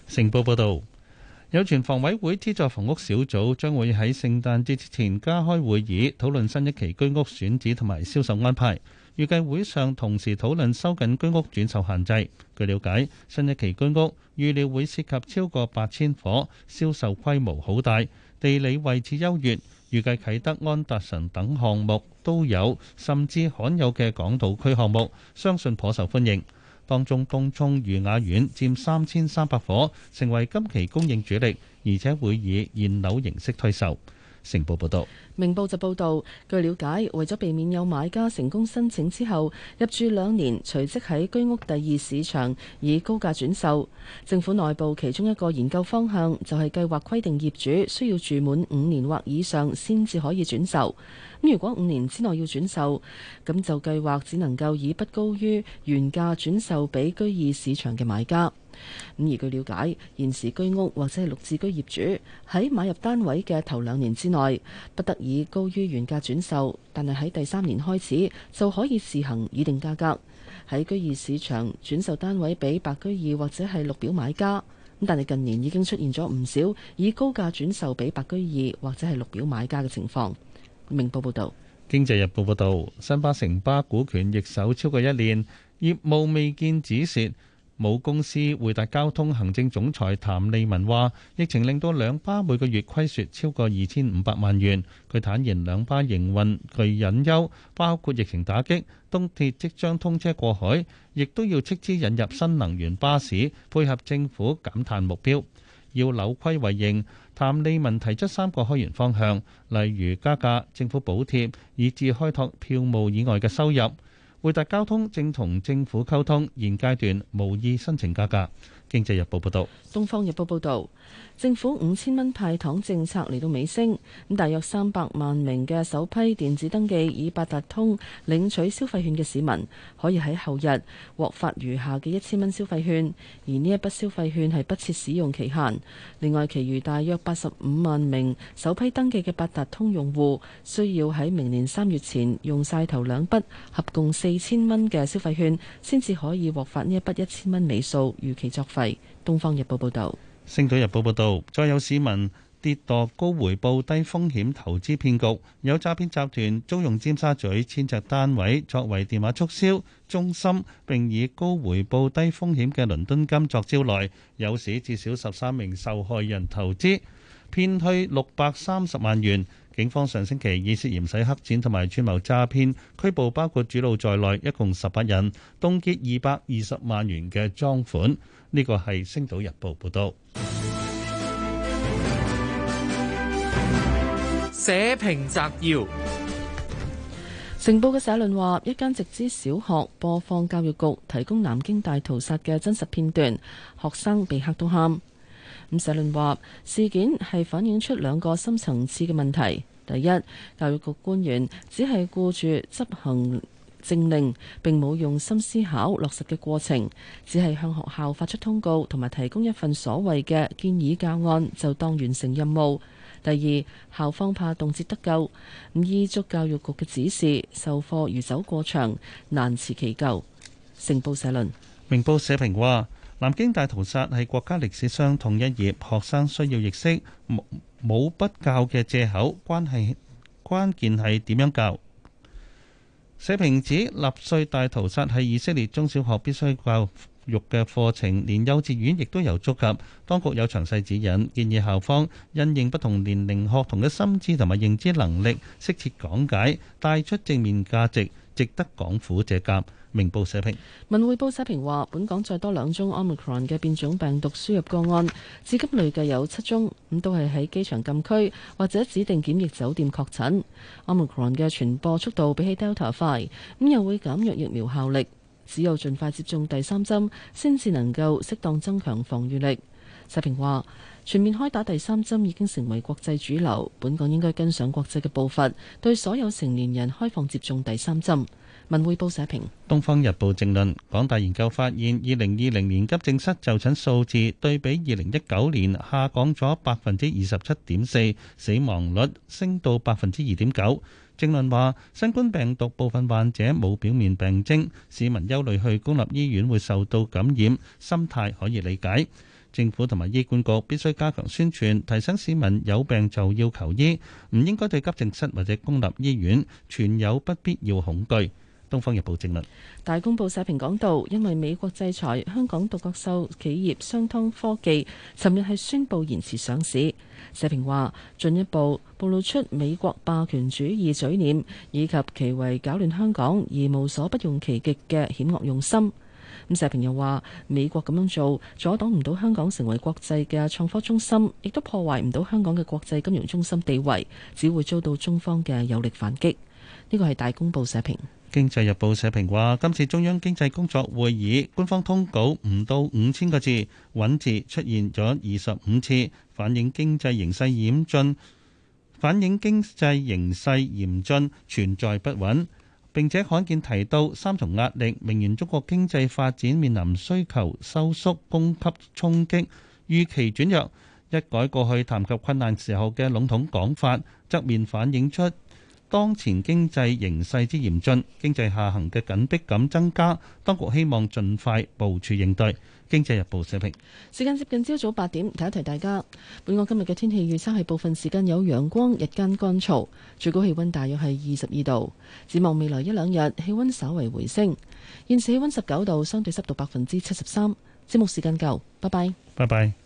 Speaker 4: 成報報導，有傳房委會資助房屋小組將會喺聖誕節之前加開會議，討論新一期居屋選址同埋銷售安排。預計會上同時討論收緊居屋轉售限制。據了解，新一期居屋預料會涉及超過8000伙，銷售規模好大，地理位置優越。預計啟德、安達臣等項目都有，甚至罕有嘅港島區項目，相信頗受歡迎。當中東涌裕雅苑佔3300伙，成為今期供應主力，而且會以現樓形式推售。成報報道。
Speaker 3: 明報就報導，據了解，為咗避免有買家成功申請之後入住2年，隨即喺居屋第二市場以高價轉售，政府內部其中一個研究方向就係計劃規定業主需要住滿5年或以上先至可以轉售。咁如果5年之內要轉售，咁就計劃只能夠以不高於原價轉售俾居二市場嘅買家。咁而據了解，現時居屋或者係綠置居業主喺買入單位嘅頭2年之內，不得以高於原價轉售，但係喺第3年開始就可以試行擬定價格，喺居二市場轉售單位俾白居二或者係綠表買家。咁但係近年已經出現咗唔少以高價轉售俾白居二或者係綠表買家嘅情況。明報報道。
Speaker 4: 經濟日報報道，新巴城巴股權易手超過1年，業務未見止蝕。母公司匯達交通行政總裁譚利文話，疫情令到兩巴每個月虧損超過2500萬元。佢坦言兩巴營運具隱憂，包括疫情打擊，東鐵即將通車過海，亦都要斥資引入新能源巴士，配合政府減碳目標。要扭虧為盈，譚利文提出3個開源方向，例如加價、政府補貼，以至開拓票務以外嘅收入。匯達交通正同政府溝通，現階段無意申請加價。經濟日報報道。
Speaker 3: 東方日報報道，政府5000蚊派糖政策嚟到尾聲，咁大約300萬名嘅首批電子登記以八達通領取消費券嘅市民，可以喺後日獲發餘下嘅1000蚊消費券，而呢一筆消費券係不設使用期限。另外，其餘大約85萬名首批登記嘅八達通用戶，需要喺明年3月前用晒頭2筆合共4000蚊嘅消費券，先至可以獲發呢一筆1000蚊尾數預期作廢。東方日報報道。
Speaker 4: 星島日報報道，再有市民跌墮高回報低風險投資騙局，有詐騙集團租用尖沙咀千隻單位作為電話促銷中心，並以高回報低風險嘅倫敦金作招來，誘使至少13名受害人投資，騙去630萬元。警方上星期以涉嫌洗黑錢同埋串謀詐騙拘捕包括主腦在內一共18人，凍結220萬元嘅贓款。呢個係《星島日報》報導。
Speaker 2: 社評摘要。
Speaker 3: 成報嘅社論話，一間直資小學播放教育局提供南京大屠殺嘅真實片段，學生被嚇到喊。咁社論話，事件係反映出2個深層次嘅問題。第一，教育局官員只係顧住執行政令，並冇用心思考落實嘅過程，只係向學校發出通告同埋提供一份所謂嘅建議教案，就當完成任務。第二，校方怕動輒得咎，依足教育局嘅指示，授課如走過場，難辭其咎。成報社論。
Speaker 4: 明報社評話，南京大屠殺係國家歷史傷痛一頁，學生需要認識，冇不教嘅藉口，關鍵係點樣教。社評指納粹大屠殺係以色列中小學必須教育嘅課程，連幼稚園亦都有觸及。當局有詳細指引，建議校方因應不同年齡學童嘅心智同埋認知能力，適切講解，帶出正面價值，值得港府借鑑。明報社評。
Speaker 3: 文匯報社評話，本港再多2宗 Omicron 嘅變種病毒輸入個案，至今累計有7宗，咁都係喺機場禁區或者指定檢疫酒店確診。Omicron 嘅傳播速度比起 Delta 快，咁又會減弱疫苗效力。只有盡快接種第3針，先至能夠適當增強防禦力。社評話，全面開打第3針已經成為國際主流，本港應該跟上國際嘅步伐，對所有成年人開放接種第3針。文匯報社評。
Speaker 4: 東方日報正論，港大研究發現，2020年急症室就診數字對比2019年下降咗27.4%，死亡率升到2.9%。正論話，新冠病毒部分患者冇表面病徵，市民憂慮去公立醫院會受到感染，心態可以理解。 政府同埋醫管局必須加強宣傳，提醒市民有病就要求醫，唔應該對急症室或者公立醫院存有不必要恐懼。《東方日報》正論。
Speaker 3: 大公報社評講到，因為美國制裁香港獨角獸企業商湯科技，尋日係宣布延遲上市。社評話，進一步暴露出美國霸權主義嘴臉，以及其為搞亂香港而無所不用其極嘅險惡用心。咁社評又話，美國咁樣做阻擋唔到香港成為國際嘅創科中心，亦都破壞唔到香港嘅國際金融中心地位，只會遭到中方嘅有力反擊。呢個係大公報社評。
Speaker 4: 經濟日報社評話，今次中央經濟工作會議官方通稿唔到5000個字，穩字出現咗25次，反映經濟形勢嚴峻，存在不穩。並且罕見提到三重壓力，明言中國經濟發展面臨需求收縮、供給衝擊、預期轉弱。一改過去談及困難時候嘅籠統講法，側面反映出當前經濟形勢之嚴峻，經濟下行嘅緊迫感增加，當局希望盡快部署應對。經濟日報社評。
Speaker 3: 時間接近朝早8點，提一提大家，本港今日嘅天氣預測係部分時間有陽光，日間乾燥，最高氣溫大約係22度。展望未來一兩日，氣溫稍為回升。現時氣溫19度，相對濕度73%。節目時間夠，拜拜。
Speaker 4: 拜拜。